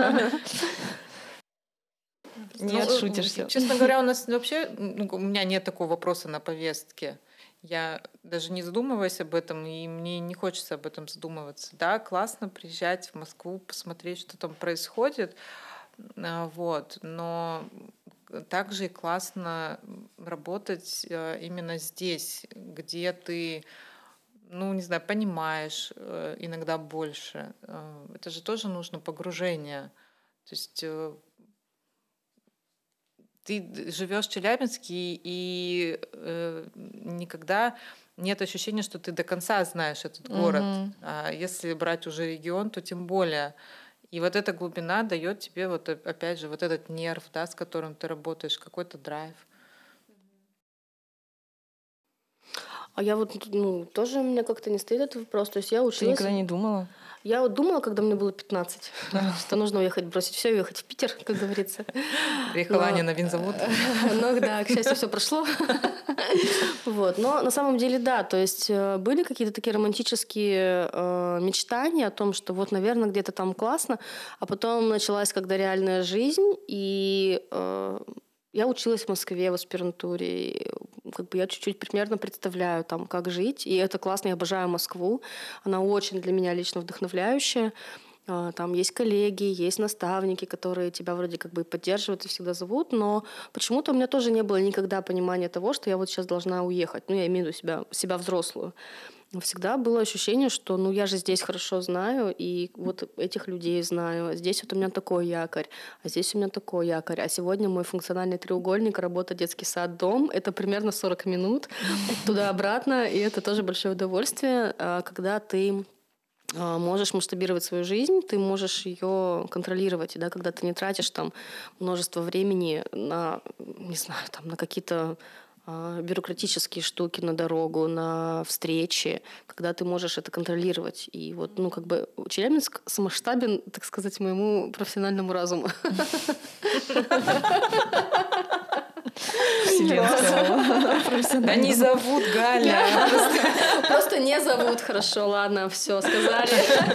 Нет, Ну, шутишь м, всё. Честно говоря, у нас вообще, ну, у меня нет такого вопроса на повестке. Я даже не задумываюсь об этом, и мне не хочется об этом задумываться. Да, классно приезжать в Москву, посмотреть, что там происходит, а, вот, но также и классно работать э, именно здесь, где ты, ну, не знаю, понимаешь э, иногда больше. Э, Это же тоже нужно погружение. То есть э, ты живешь в Челябинске, и э, никогда нет ощущения, что ты до конца знаешь этот город. Мгм. А если брать уже регион, то тем более. И вот эта глубина дает тебе вот оп- опять же вот этот нерв, да, с которым ты работаешь, какой-то драйв. А я вот, ну, тоже у меня как-то не стоит этот вопрос. То есть я Ты училась... никогда не думала? Я вот думала, когда мне было пятнадцать, что нужно уехать, бросить все и уехать в Питер, как говорится. Приехала Но- Аня на винзавод. Ну да, к счастью, все прошло. Вот. Но на самом деле, да, то есть э, были какие-то такие романтические э, мечтания о том, что вот, наверное, где-то там классно, а потом началась когда реальная жизнь, и э, я училась в Москве в аспирантуре, и, как бы я чуть-чуть примерно представляю там, как жить, и это классно, я обожаю Москву, она очень для меня лично вдохновляющая. А, Там есть коллеги, есть наставники, которые тебя вроде как бы поддерживают и всегда зовут, но почему-то у меня тоже не было никогда понимания того, что я вот сейчас должна уехать. Ну, я имею в виду себя, себя взрослую. Но всегда было ощущение, что ну я же здесь хорошо знаю, и вот этих людей знаю. Здесь вот у меня такой якорь, а здесь у меня такой якорь. А сегодня мой функциональный треугольник, работа, детский сад, дом. Это примерно сорок минут туда-обратно, и это тоже большое удовольствие, а, когда ты а, можешь масштабировать свою жизнь, ты можешь ее контролировать, да, когда ты не тратишь там множество времени на, не знаю, там, на какие-то а, бюрократические штуки, на дорогу, на встречи, когда ты можешь это контролировать. И вот, ну, как бы Челябинск масштабен, так сказать, моему профессиональному разуму. Вселенского. Они зовут Галя. Просто не зовут, хорошо, ладно, все, сказали.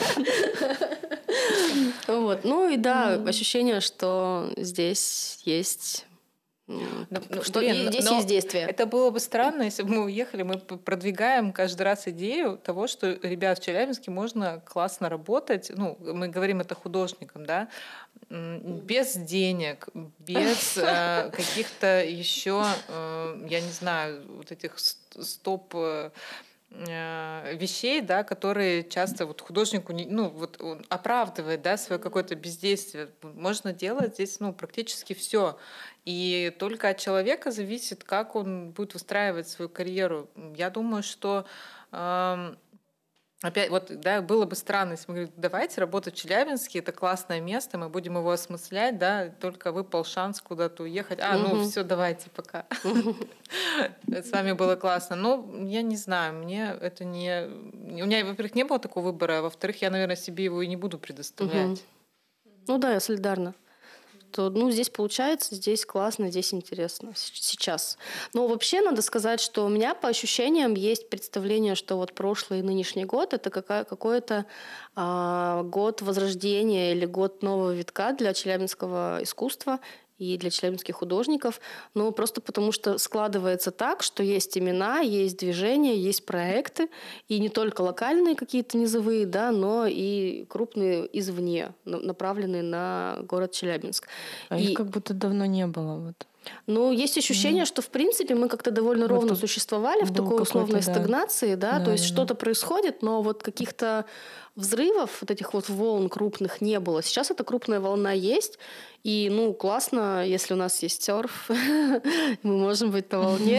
Вот. Ну и да, ощущение, что здесь есть... м, Ну, ну, Что блин, и здесь но есть действие. Это было бы странно, если бы мы уехали. Мы п- продвигаем каждый раз идею того, что, ребят, в Челябинске можно классно работать. Ну, мы говорим это художникам, да, м, без денег, без э, каких-то еще, э, я не знаю, вот этих ст- стоп э, э, вещей, да, которые часто вот художнику не, ну, вот он оправдывает, да, свое какое-то бездействие. Можно делать здесь, ну, практически все. И только от человека зависит, как он будет выстраивать свою карьеру. Я думаю, что эм, опять, вот, да, было бы странно, если мы говорим, давайте работать в Челябинске, это классное место, мы будем его осмыслять, да, только выпал шанс куда-то уехать. А, ну Мгм. все, давайте, пока. С вами было классно. Но я не знаю, мне это не... У меня, во-первых, не было такого выбора, а во-вторых, я, наверное, себе его и не буду Мгм. предоставлять. Ну да, я солидарна. То, ну, здесь получается, здесь классно, здесь интересно с- сейчас. Но вообще надо сказать, что у меня по ощущениям есть представление, что вот прошлый и нынешний год это какая, какой-то а, год возрождения или год нового витка для челябинского искусства и для челябинских художников. Ну, просто потому что складывается так, что есть имена, есть движения, есть проекты, и не только локальные какие-то низовые, да, но и крупные извне, на- направленные на город Челябинск. А И- их как будто давно не было. Вот. Ну, есть ощущение, mm. что, в принципе, мы как-то довольно ровно вот существовали в такой условной да. стагнации, да, да то есть да, что-то да. происходит, но вот каких-то взрывов, вот этих вот волн крупных не было. Сейчас эта крупная волна есть, и, ну, классно, если у нас есть серф, мы можем быть на волне.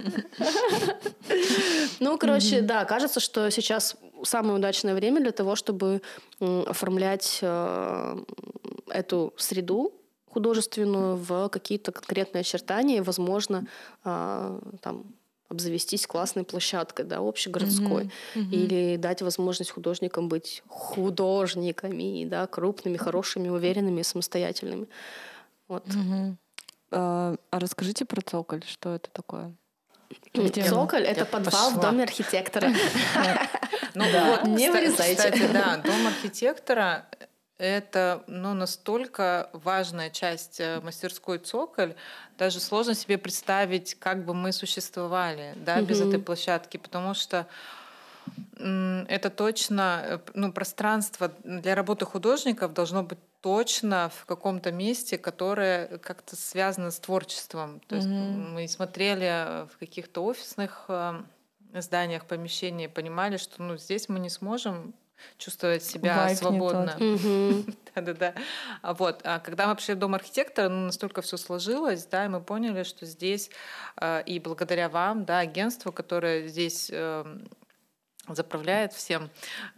Ну, короче, да, кажется, что сейчас самое удачное время для того, чтобы оформлять эту среду художественную в какие-то конкретные очертания, возможно, там обзавестись классной площадкой, да, общегородской, mm-hmm. Mm-hmm. или дать возможность художникам быть художниками, да, крупными, хорошими, уверенными, самостоятельными. Вот. Mm-hmm. А, а расскажите про цоколь, что это такое? Где цоколь — это подвал в доме архитектора. Ну вот, не вырезайте. Кстати, да, дом архитектора — это, ну, настолько важная часть мастерской «Цоколь», даже сложно себе представить, как бы мы существовали, да, без этой площадки, потому что это точно, ну, пространство для работы художников должно быть точно в каком-то месте, которое как-то связано с творчеством. То есть mm-hmm. мы смотрели в каких-то офисных зданиях, помещениях, понимали, что, ну, здесь мы не сможем чувствовать себя Вайп свободно. Mm-hmm. Да-да-да. Вот. А когда мы пришли в дом архитектора, ну, настолько все сложилось, да, и мы поняли, что здесь, и благодаря вам, да, агентству, которое здесь заправляет всем,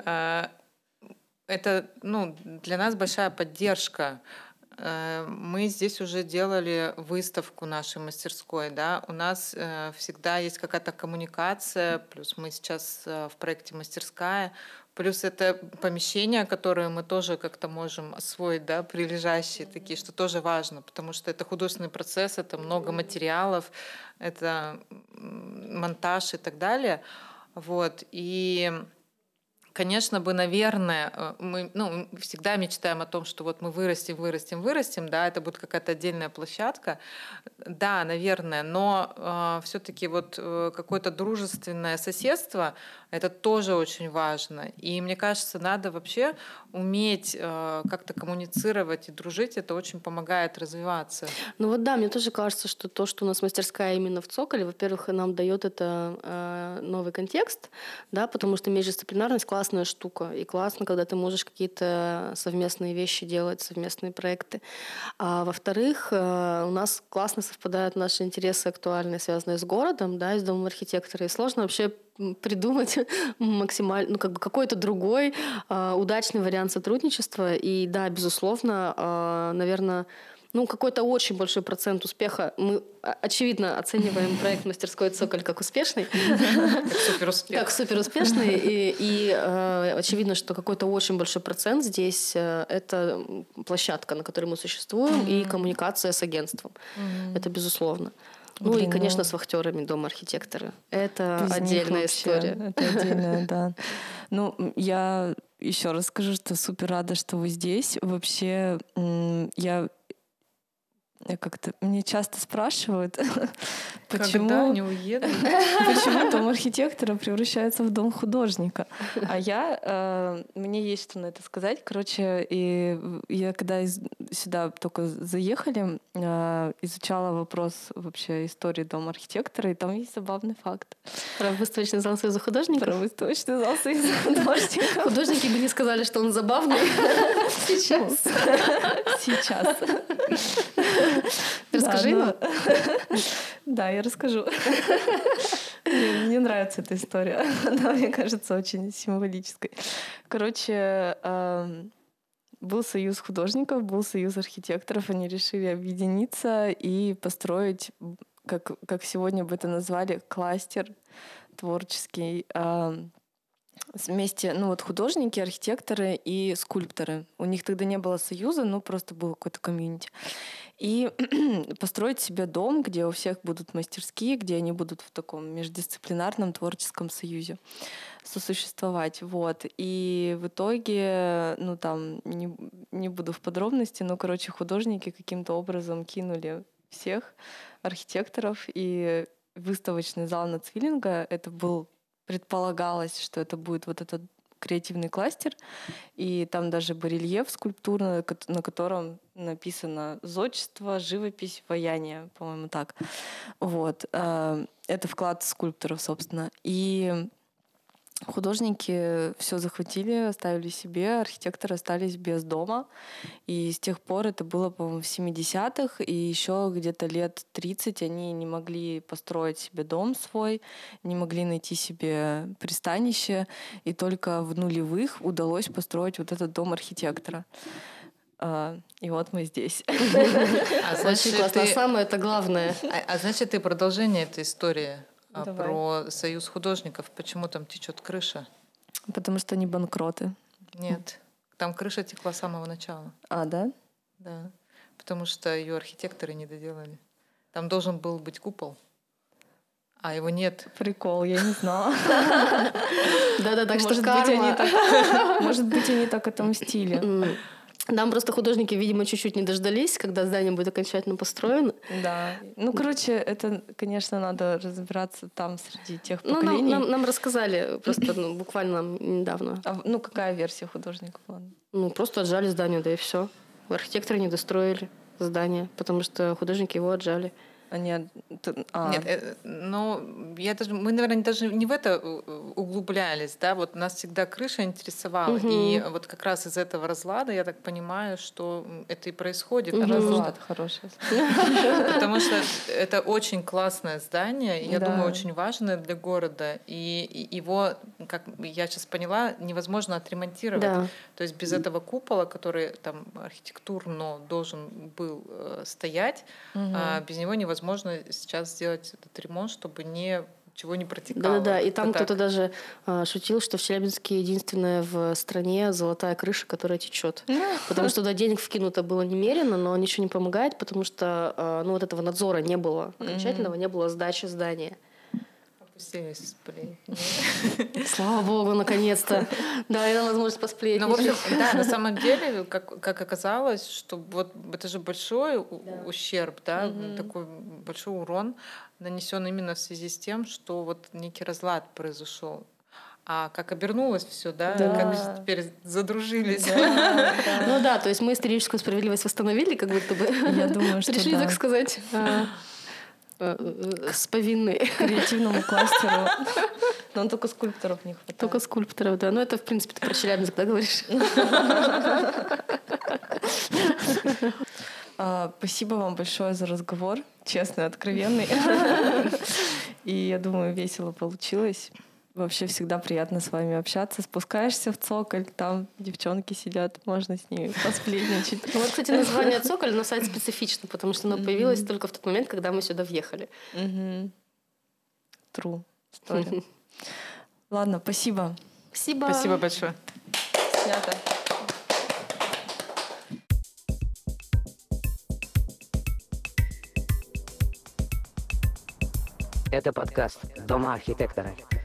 это, ну, для нас большая поддержка. Мы здесь уже делали выставку нашей мастерской, да, у нас всегда есть какая-то коммуникация, плюс мы сейчас в проекте «Мастерская», плюс это помещения, которые мы тоже как-то можем освоить, да, прилежащие такие, что тоже важно, потому что это художественный процесс, это много материалов, это монтаж и так далее. Вот. И, конечно бы, наверное, мы, ну, всегда мечтаем о том, что вот мы вырастем, вырастем, вырастем, да, это будет какая-то отдельная площадка. Да, наверное, но э, все-таки вот э, какое-то дружественное соседство — это тоже очень важно. И мне кажется, надо вообще уметь э, как-то коммуницировать и дружить. Это очень помогает развиваться. Ну вот да, мне тоже кажется, что то, что у нас мастерская именно в «Цоколе», во-первых, нам дает это э, новый контекст, да, потому что междисциплинарность — классная штука. И классно, когда ты можешь какие-то совместные вещи делать, совместные проекты. А во-вторых, э, у нас классно совпадают наши интересы актуальные, связанные с городом, да, и с домом архитектора. И сложно вообще придумать максимально, ну, как бы какой-то другой э, удачный вариант сотрудничества. И да, безусловно, э, наверное, ну, какой-то очень большой процент успеха. Мы, очевидно, оцениваем проект «Мастерской «Цоколь» как успешный. Как суперуспешный. Как суперуспешный. И, и э, очевидно, что какой-то очень большой процент здесь э, это площадка, на которой мы существуем, mm-hmm. и коммуникация с агентством. Mm-hmm. Это безусловно. Ну Блин, и, конечно, ну... с вахтерами дома архитектора. Это Без отдельная история. Это отдельная, да. Ну, я еще раз скажу, что супер рада, что вы здесь. Вообще, я... Я как-то мне часто спрашивают, почему Когда не уеду, почему дом архитектора превращается в дом художника. А я э, мне есть что на это сказать. Короче, и я когда из, сюда только заехали, э, изучала вопрос вообще истории дома архитектора, и там есть забавный факт. Про выставочный зал Союза художников? Про выставочный зал Союза художников. Художники бы не сказали, что он забавный. Сейчас. Сейчас. Расскажи нам. Да, я расскажу. Мне, мне нравится эта история. Она, мне кажется, очень символической. Короче, э, был союз художников, был союз архитекторов. Они решили объединиться и построить, как, как сегодня бы это назвали, кластер творческий. Э, вместе, ну вот художники, архитекторы и скульпторы. У них тогда не было союза, но просто был какой-то комьюнити. И построить себе дом, где у всех будут мастерские, где они будут в таком междисциплинарном творческом союзе сосуществовать. Вот. И в итоге, ну там, не, не буду в подробности, но, короче, художники каким-то образом кинули всех архитекторов, и выставочный зал Нацвиллинга, это был, предполагалось, что это будет вот этот креативный кластер, и там даже барельеф скульптурный, на котором написано «Зодчество, живопись, ваяние», по-моему, так. Вот. Это вклад скульпторов, собственно. И художники все захватили, оставили себе, архитекторы остались без дома. И с тех пор, это было, по-моему, в семидесятых, и еще где-то лет тридцать они не могли построить себе дом свой, не могли найти себе пристанище, и только в нулевых удалось построить вот этот дом архитектора. И вот мы здесь. А Очень классно. А самое это главное. А, а значит, ты продолжение этой истории Давай. Про союз художников. Почему там течет крыша? Потому что они банкроты. Нет. Там крыша текла с самого начала. А, да? Да. Потому что ее архитекторы не доделали. Там должен был быть купол, а его нет. Прикол, я не знала. Да-да, так что Может быть, они так, может быть, они так отомстили. Нам просто художники, видимо, чуть-чуть не дождались, когда здание будет окончательно построено. Да. Ну, короче, это, конечно, надо разбираться там среди тех Ну, поколений. нам, нам, нам рассказали просто ну, буквально нам недавно. А, ну, какая версия художника была? Ну, просто отжали здание, да и все. Архитекторы не достроили здание, потому что художники его отжали. Они... А. Нет, э, ну, я даже, мы, наверное, даже не в это углублялись, да, вот нас всегда крыша интересовала, Угу. и вот как раз из этого разлада, я так понимаю, что это и происходит. Угу. Разлад хороший. Потому что это очень классное здание, и я Да. думаю, очень важное для города, и его, как я сейчас поняла, невозможно отремонтировать. Да. То есть без этого купола, который там архитектурно должен был э, стоять, Угу. а без него невозможно сейчас сделать этот ремонт, чтобы не, ничего не протекало. Да-да-да, и там Вот так. кто-то даже а, шутил, что в Челябинске единственная в стране золотая крыша, которая течет. Потому что туда денег вкинуто было немерено, но ничего не помогает, потому что а, ну, вот этого надзора не было окончательного, не было сдачи здания. Опустились сплетни. Слава богу, наконец-то. Дали нам возможность Ну, в посплетничать. общем, да, на самом деле, как, как оказалось, что вот это же большой у- ущерб, да, Мгм. такой большой урон нанесен именно в связи с тем, что вот некий разлад произошел. А как обернулось все, да, Да. как все теперь задружились. Да, да. Ну да, то есть мы историческую справедливость восстановили, как будто бы. Я думаю, что Пришли, да. так сказать, а, э, э, с повинной. К креативному кластеру. Но только скульпторов не хватает. Только скульпторов, да. Ну это, в принципе, ты про Челябинск, да, говоришь? А, Спасибо вам большое за разговор. Честный, откровенный. И я думаю, весело получилось. Вообще всегда приятно с вами общаться. Спускаешься в цоколь, там девчонки сидят, можно с ними посплетничать. Ну, вот, кстати, название «Цоколь» на сайт специфично, потому что оно появилось только в тот момент, когда мы сюда въехали. Мгм. True история. Ладно, спасибо. Спасибо. Спасибо большое. Снято. Это подкаст «Дома архитектора».